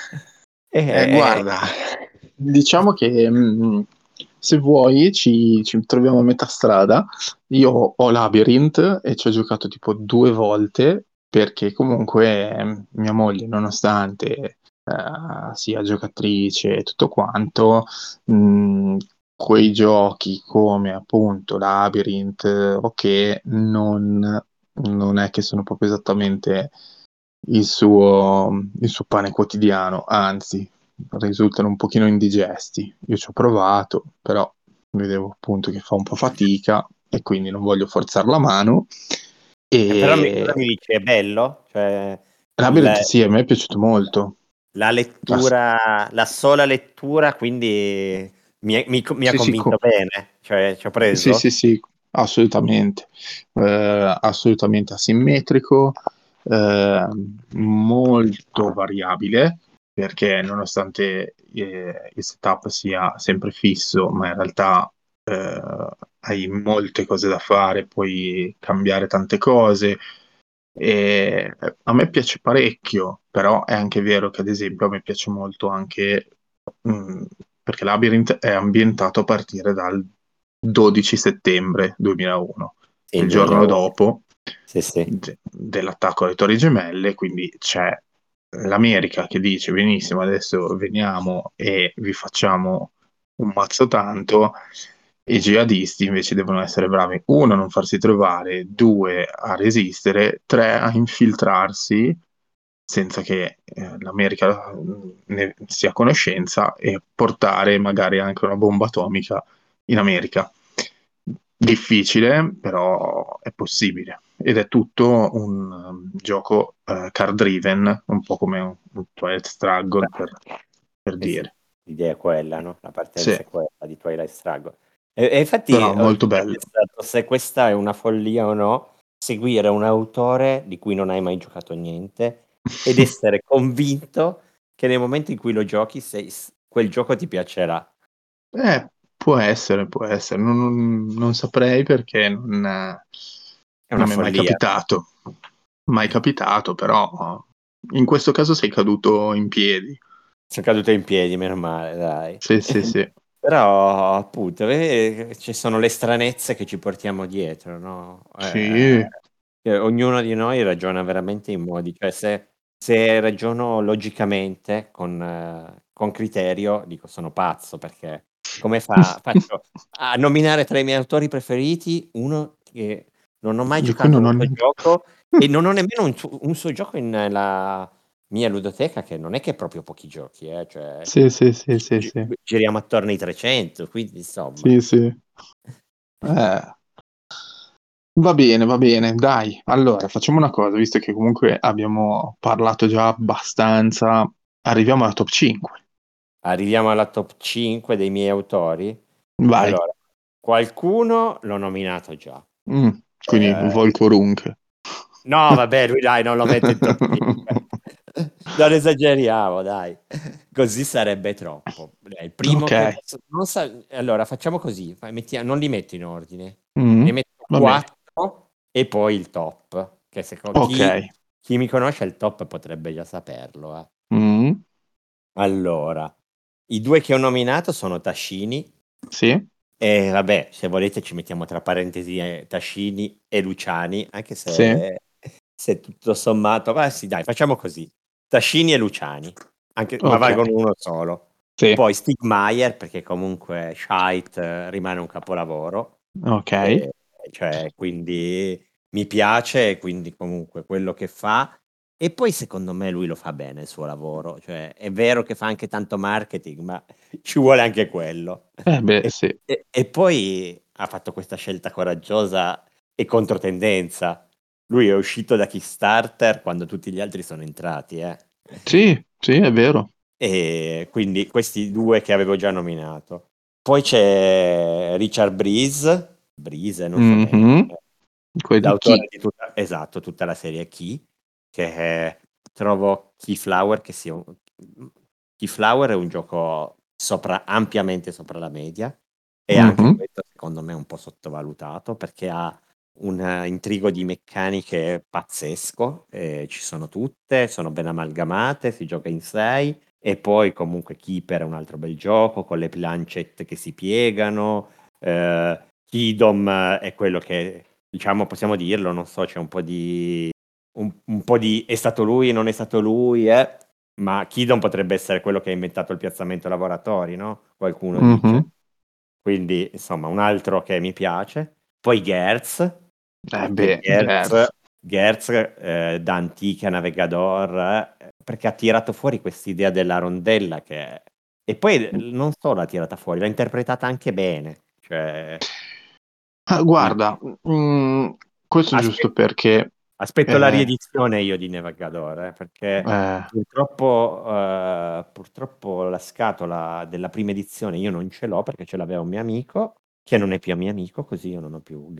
E- Guarda, diciamo che se vuoi ci troviamo a metà strada. Io ho Labyrinth e ci ho giocato tipo 2 volte perché comunque mia moglie, nonostante sia giocatrice e tutto quanto, mh, quei giochi come appunto Labyrinth, ok, non è che sono proprio esattamente il suo pane quotidiano, anzi, risultano un pochino indigesti. Io ci ho provato, però vedevo appunto che fa un po' fatica e quindi non voglio forzare la mano. Però E mi dici, è bello? Cioè, Labyrinth sì, a me è piaciuto molto. la lettura, la sola lettura, quindi mi ha Sì, sì, convinto bene, cioè ci ho sì, preso. sì, sì, assolutamente. Assolutamente asimmetrico, eh, molto variabile, perché nonostante il setup sia sempre fisso, ma in realtà hai molte cose da fare, puoi cambiare tante cose. E a me piace parecchio, però è anche vero che ad esempio a me piace molto anche mh, perché Labyrinth è ambientato a partire dal 12 settembre 2001, Sì, il giorno 2001. dopo Sì, sì. dell'attacco alle Torri Gemelle, quindi c'è l'America che dice benissimo, adesso veniamo e vi facciamo un mazzo tanto, e i jihadisti invece devono essere bravi, uno, a non farsi trovare, due, a resistere, tre, a infiltrarsi senza che l'America ne sia a conoscenza e portare magari anche una bomba atomica in America. Difficile, però è possibile. Ed è tutto un gioco card driven, un po' come un Twilight Struggle per Sì, sì, dire. l'idea è quella, no? La Sì, partenza è quella di Twilight Struggle. E infatti però ho molto sempre bello. pensato se questa è una follia o no, seguire un autore di cui non hai mai giocato niente ed essere convinto che nel momento in cui lo giochi quel gioco ti piacerà. Può essere, può essere. Non saprei perché È una non mi è mai follia. capitato. Mai capitato, però in questo caso sei caduto in piedi. Sono caduto in piedi, meno male, dai. Sì, sì, sì. Però, appunto, ci sono le stranezze che ci portiamo dietro, no? Sì. Che ognuno di noi ragiona veramente in modi, cioè se ragiono logicamente, con criterio, dico sono pazzo, perché come faccio a nominare tra i miei autori preferiti uno che non ho mai Di cui giocato non un ho suo neanche... gioco e non ho nemmeno un suo gioco nella mia ludoteca, che non è che proprio pochi giochi, cioè Sì, sì, sì, sì, sì. giriamo attorno ai 300, quindi insomma. Sì, sì. Eh, va bene, dai. Allora, facciamo una cosa, visto che comunque abbiamo parlato già abbastanza, arriviamo alla top 5. Arriviamo alla top 5 dei miei autori. Vai. Allora, qualcuno l'ho nominato già. Mm, quindi Eh, Volkorunk. no, vabbè, lui dai, non lo mette in top 5. Non esageriamo, dai. Così sarebbe troppo. Il primo Ok. che posso... Allora, facciamo così. Non li metto in ordine. Mm, Ne metto va bene. 4 e poi il top. Che secondo Ok. chi mi conosce il top potrebbe già saperlo. Mm, Allora, i due che ho nominato sono Tascini. sì, E vabbè, se volete ci mettiamo tra parentesi Tascini e Luciani, anche sì, se tutto sommato, sì, dai, facciamo così. Tascini e Luciani, ma ok, valgono uno solo. sì, Poi Stigmaier, perché comunque Scheidt rimane un capolavoro, ok. e, cioè, quindi mi piace, quindi comunque quello che fa. E poi secondo me lui lo fa bene il suo lavoro, cioè è vero che fa anche tanto marketing, ma ci vuole anche quello. Beh, E, sì. e poi ha fatto questa scelta coraggiosa e controtendenza. Lui è uscito da Kickstarter quando tutti gli altri sono entrati, eh. Sì, sì, è vero. E quindi questi due che avevo già nominato. Poi c'è Richard Breeze, non so bene, Mhm. Quello di l'autore chi? di tutta la serie Key, che trovo Keyflower Keyflower è un gioco ampiamente sopra la media, e anche Mhm. questo secondo me è un po' sottovalutato, perché ha un intrigo di meccaniche pazzesco, ci sono tutte, sono ben amalgamate, si gioca in 6, e poi comunque Keeper è un altro bel gioco con le plancette che si piegano. Kingdom è quello che, diciamo, possiamo dirlo, non so, c'è un po' di è stato lui, non è stato lui, ma Kingdom potrebbe essere quello che ha inventato il piazzamento lavoratori, no? Qualcuno dice. Mhm. Quindi, insomma, un altro che mi piace. Poi Gertz, perché Beh, Gerz. Gertz da antica Navigador, perché ha tirato fuori quest'idea della rondella e poi non solo l'ha tirata fuori, l'ha interpretata anche bene. Cioè, Guarda, questo giusto aspetto, perché aspetto la eh, riedizione io di Navigador, perché eh, purtroppo la scatola della prima edizione io non ce l'ho perché ce l'aveva un mio amico, che non è più mio amico, così io non ho più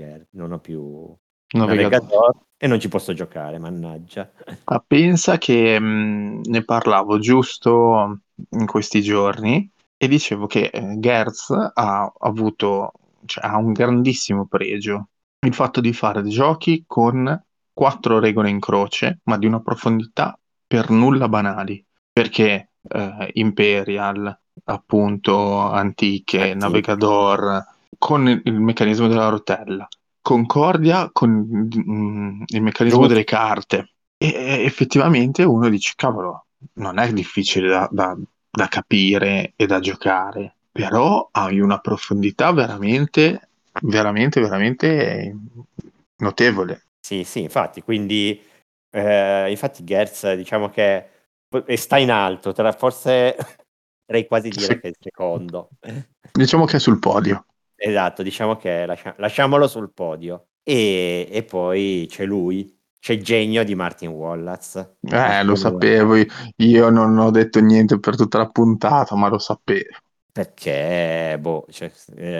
navigatore. Navigador e non ci posso giocare, mannaggia. Pensa che ne parlavo giusto in questi giorni e dicevo che Gertz ha avuto, cioè, ha un grandissimo pregio. Il fatto di fare giochi con 4 regole in croce, ma di una profondità per nulla banali, perché Imperial, appunto, Antiche, Antica. Navigador, con il meccanismo della rotella, Concordia con il meccanismo delle Giusto. carte. E effettivamente uno dice, cavolo, non è difficile da capire e da giocare, però hai una profondità veramente, veramente, veramente notevole. Sì, sì, infatti, quindi infatti Gertz diciamo che sta in alto, forse potrei quasi dire Sì, che è il secondo. diciamo che è sul podio. Esatto, diciamo che lasciamolo sul podio. E poi c'è lui, c'è il genio di Martin Wallace. Lo Martin sapevo, Wallace, io non ho detto niente per tutta la puntata, ma lo sapevo. perché boh, cioè,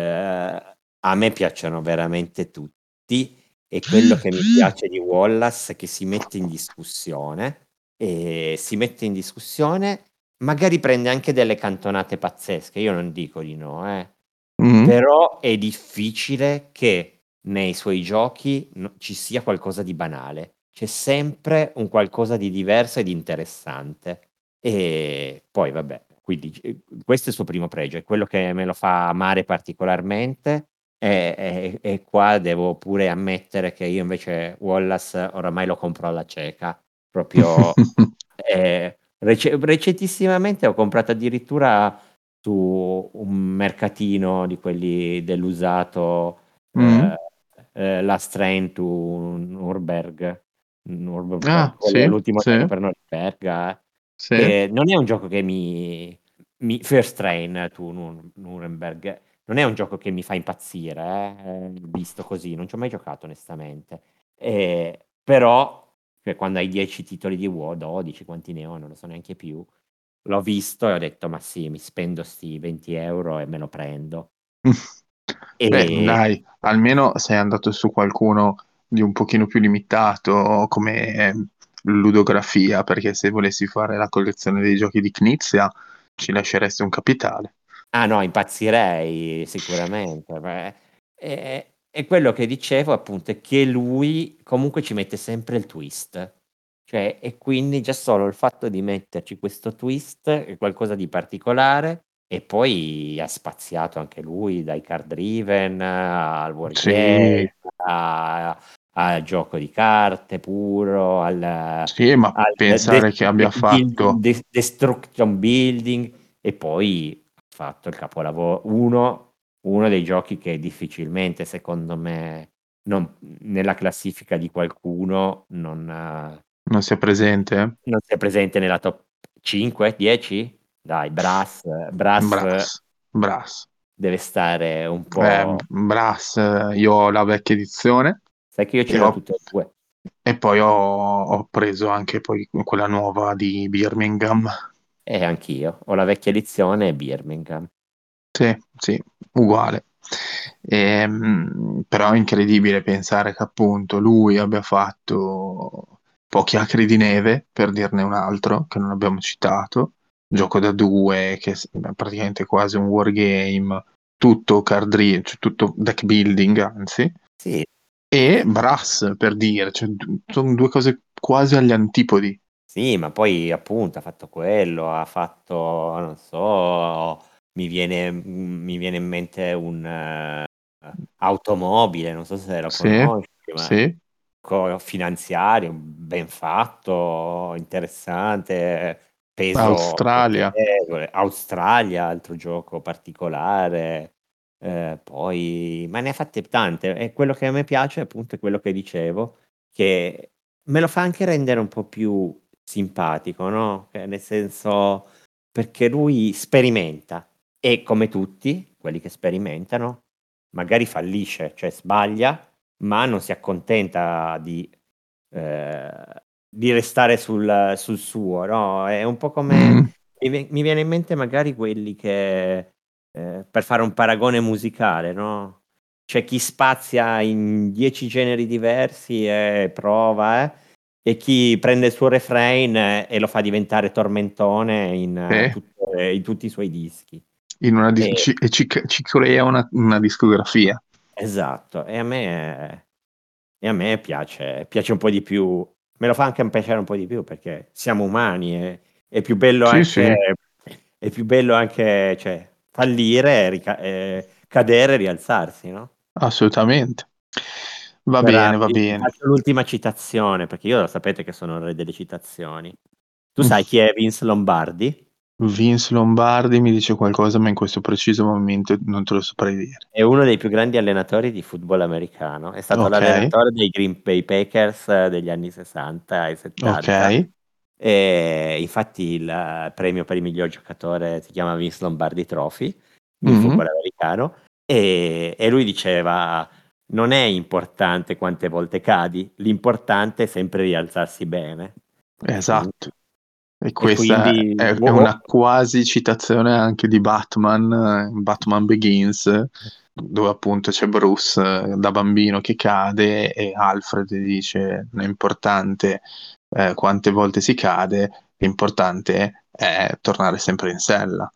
a me piacciono veramente tutti e quello che mi piace di Wallace è che si mette in discussione e si mette in discussione, magari prende anche delle cantonate pazzesche, io non dico di no, Mm. però è difficile che nei suoi giochi ci sia qualcosa di banale, c'è sempre un qualcosa di diverso ed interessante. E poi vabbè, quindi questo è il suo primo pregio, è quello che me lo fa amare particolarmente. E qua devo pure ammettere che io invece Wallace oramai lo compro alla cieca, proprio recentissimamente ho comprato addirittura su un mercatino di quelli dell'usato, Mm. Last Train to Ah, quello, sì, l'ultimo sì, treno per Norimberga. sì. Non è un gioco che First Train to Nuremberg, non è un gioco che mi fa impazzire, visto così, non ci ho mai giocato onestamente. Però, cioè, quando hai 10 titoli di WoW, 12, quanti ne ho, non lo so neanche più, l'ho visto e ho detto, ma sì, mi spendo sti 20 euro e me lo prendo. Beh, E dai, almeno sei andato su qualcuno di un pochino più limitato come ludografia, perché se volessi fare la collezione dei giochi di Knizia ci lasceresti un capitale. ah no, impazzirei sicuramente. Beh, e quello che dicevo appunto è che lui comunque ci mette sempre il twist. Cioè, e quindi già solo il fatto di metterci questo twist è qualcosa di particolare. E poi ha spaziato anche lui dai card driven al Sì, wargame, al gioco di carte puro, sì, ma al pensare che abbia deck building, fatto... destruction building, e poi ha fatto il capolavoro, uno dei giochi che difficilmente, secondo me, nella classifica di qualcuno Non sia presente? non sia presente nella top 5, 10? Dai, Brass Brass, Brass. deve stare un po'. Brass, io ho la vecchia edizione Sai che io ce e, le ho tutte e due. e poi ho preso anche poi quella nuova di Birmingham. E anch'io. Ho la vecchia edizione e Birmingham. Sì, sì, uguale. Però è incredibile pensare che appunto lui abbia fatto Pochi acri di neve, per dirne un altro, che non abbiamo citato, gioco da due, che è praticamente quasi un wargame, tutto cioè tutto deck building, anzi, Sì, e Brass, per dire, cioè, sono due cose quasi agli antipodi. sì, ma poi appunto ha fatto quello, ha fatto, non so, mi viene in mente un automobile, non so se lo Sì, conosci, ma sì, finanziario, ben fatto, interessante, peso Australia. notevole. Australia, altro gioco particolare. Poi, ma ne ha fatte tante. E quello che a me piace, appunto, è quello che dicevo, che me lo fa anche rendere un po' più simpatico, no? Nel senso, perché lui sperimenta e come tutti quelli che sperimentano, magari fallisce, cioè sbaglia, ma non si accontenta eh, di restare sul suo, no? È un po' come Mm, mi viene in mente magari quelli che, per fare un paragone musicale, no? C'è chi spazia in 10 generi diversi e prova, e chi prende il suo refrain e lo fa diventare tormentone sì. in tutti i suoi dischi. In una dis- E- ci crea una discografia. esatto, e a me piace un po' di più, me lo fa anche piacere un po' di più perché siamo umani e è più bello Sì, anche, sì, cioè, fallire, cadere e rialzarsi, no? assolutamente. Va Guarda, bene, va ti bene. faccio l'ultima citazione perché io lo sapete che sono il re delle citazioni. Tu sai chi è Vince Lombardi? Vince Lombardi mi dice qualcosa, ma in questo preciso momento non te lo saprei dire. È uno dei più grandi allenatori di football americano. È stato Ok, l'allenatore dei Green Bay Packers degli anni 60 e 70. ok. E infatti il premio per il miglior giocatore si chiama Vince Lombardi Trophy nel Mhm, football americano. E lui diceva: non è importante quante volte cadi, l'importante è sempre rialzarsi bene. E quindi, esatto. E e questa quindi è una quasi citazione anche di Batman, Batman Begins, dove appunto c'è Bruce da bambino che cade e Alfred dice non è importante quante volte si cade, l'importante è tornare sempre in sella.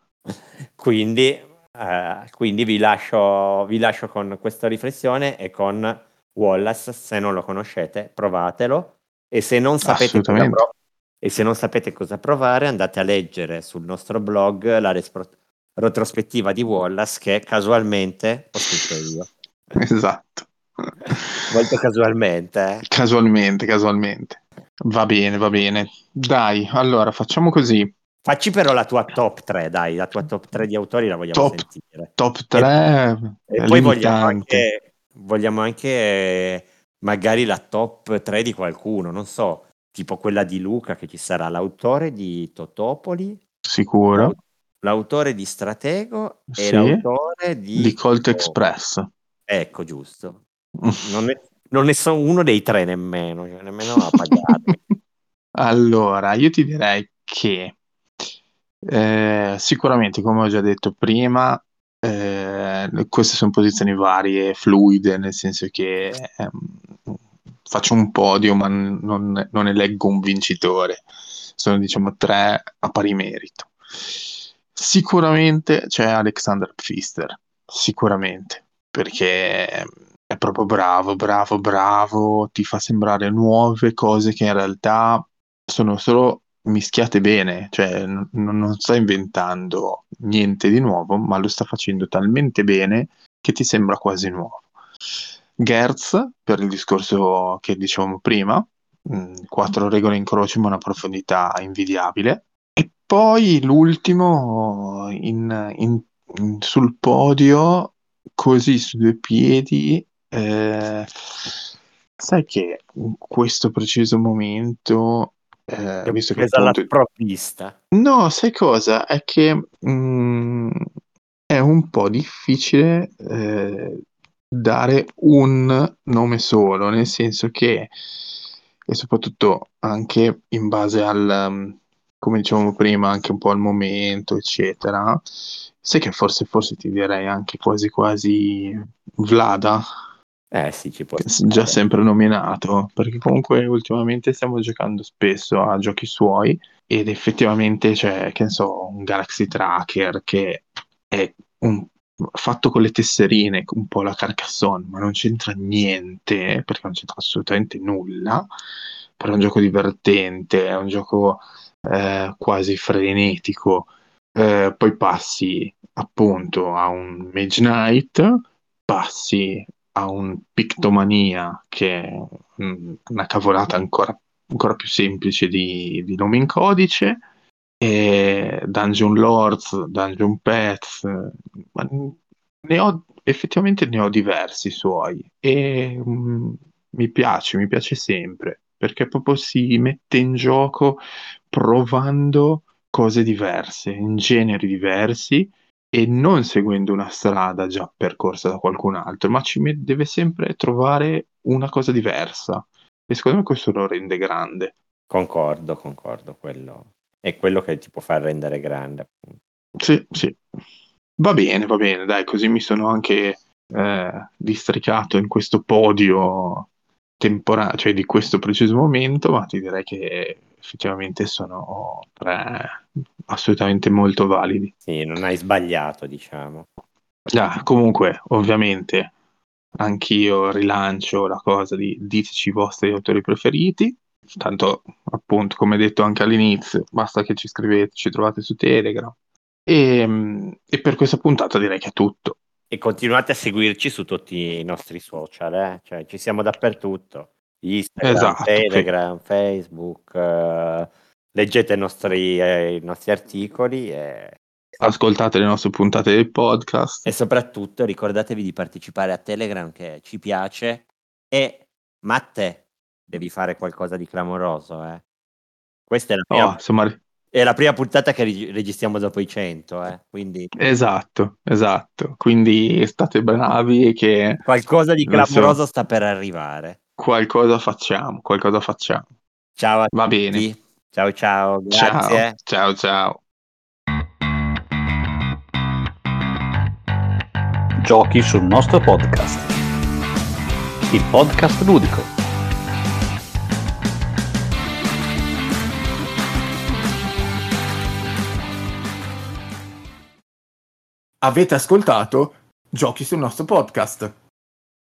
quindi vi lascio con questa riflessione e con Wallace. Se non lo conoscete, provatelo. E se non sapete cosa, Assolutamente. e se non sapete cosa provare, andate a leggere sul nostro blog la retrospettiva di Wallace che casualmente ho scritto io. Esatto. Molto casualmente, eh. Casualmente, casualmente. Va bene, va bene. Dai, allora facciamo così. Facci però la tua top 3, dai, la tua top 3 di autori la vogliamo Top, sentire. top E, 3 e è poi vogliamo limitante. anche, vogliamo anche magari la top 3 di qualcuno, non so, tipo quella di Luca che ci sarà l'autore di Totopoli, Sicuro? l'au- l'autore di Stratego e Sì. l'autore Di di... Colt oh, Express. ecco, giusto. Non ne so uno dei tre nemmeno, cioè, nemmeno a pagarmi. Allora, io ti direi che sicuramente, come ho già detto prima, queste sono posizioni varie, fluide, nel senso che faccio un podio, ma non eleggo un vincitore. Sono, diciamo, tre a pari merito. Sicuramente c'è Alexander Pfister, sicuramente, perché è proprio bravo, bravo, bravo, ti fa sembrare nuove cose che in realtà sono solo mischiate bene, cioè non sta inventando niente di nuovo, ma lo sta facendo talmente bene che ti sembra quasi nuovo. Gertz, per il discorso che dicevamo prima, 4 regole in croce, ma una profondità invidiabile. E poi l'ultimo sul podio, così su due piedi, sai che in questo preciso momento, Ti ho visto che preso alla appunto... sprovvista. No, sai cosa? È che è un po' difficile dare un nome solo, nel senso che, e soprattutto anche in base come dicevamo prima, anche un po' al momento, eccetera, sai che forse ti direi anche quasi quasi Vlada, Eh sì, ci può che è già stare. sempre nominato, perché comunque ultimamente stiamo giocando spesso a giochi suoi ed effettivamente c'è, che ne so, un Galaxy Tracker che è fatto con le tesserine, un po' la Carcassonne, ma non c'entra niente, perché non c'entra assolutamente nulla, però è un gioco divertente, è un gioco quasi frenetico. Poi passi appunto a un Mage Knight, passi a un Pictomania che è una cavolata ancora più semplice di nome in codice, e Dungeon Lords, Dungeon Pets, ma effettivamente ne ho diversi suoi e mi piace sempre, perché proprio si mette in gioco provando cose diverse, in generi diversi e non seguendo una strada già percorsa da qualcun altro, ma deve sempre trovare una cosa diversa. E secondo me questo lo rende grande. Concordo, quello è quello che ti può far rendere grande, appunto. Sì, sì. Va bene, dai, così mi sono anche districato in questo podio temporale, cioè di questo preciso momento, ma ti direi che effettivamente sono tre assolutamente molto validi. Sì, non hai sbagliato, diciamo. Comunque, ovviamente, anch'io rilancio la cosa di diteci i vostri autori preferiti. Tanto, appunto, come detto anche all'inizio, basta che ci scrivete, ci trovate su Telegram. E per questa puntata direi che è tutto. E continuate a seguirci su tutti i nostri social, cioè ci siamo dappertutto. Instagram, Esatto, Telegram, Facebook, leggete i nostri articoli ascoltate le nostre puntate del podcast. e soprattutto ricordatevi di partecipare a Telegram che ci piace e Matte, devi fare qualcosa di clamoroso, eh. Questa Insomma, è la prima puntata che registriamo dopo i 100, quindi esatto. Quindi state bravi che qualcosa di adesso clamoroso sta per arrivare. qualcosa facciamo. Ciao a Va tutti. bene. Ciao, grazie. Ciao. Giochi sul nostro podcast. Il podcast ludico. Avete ascoltato Giochi sul nostro podcast.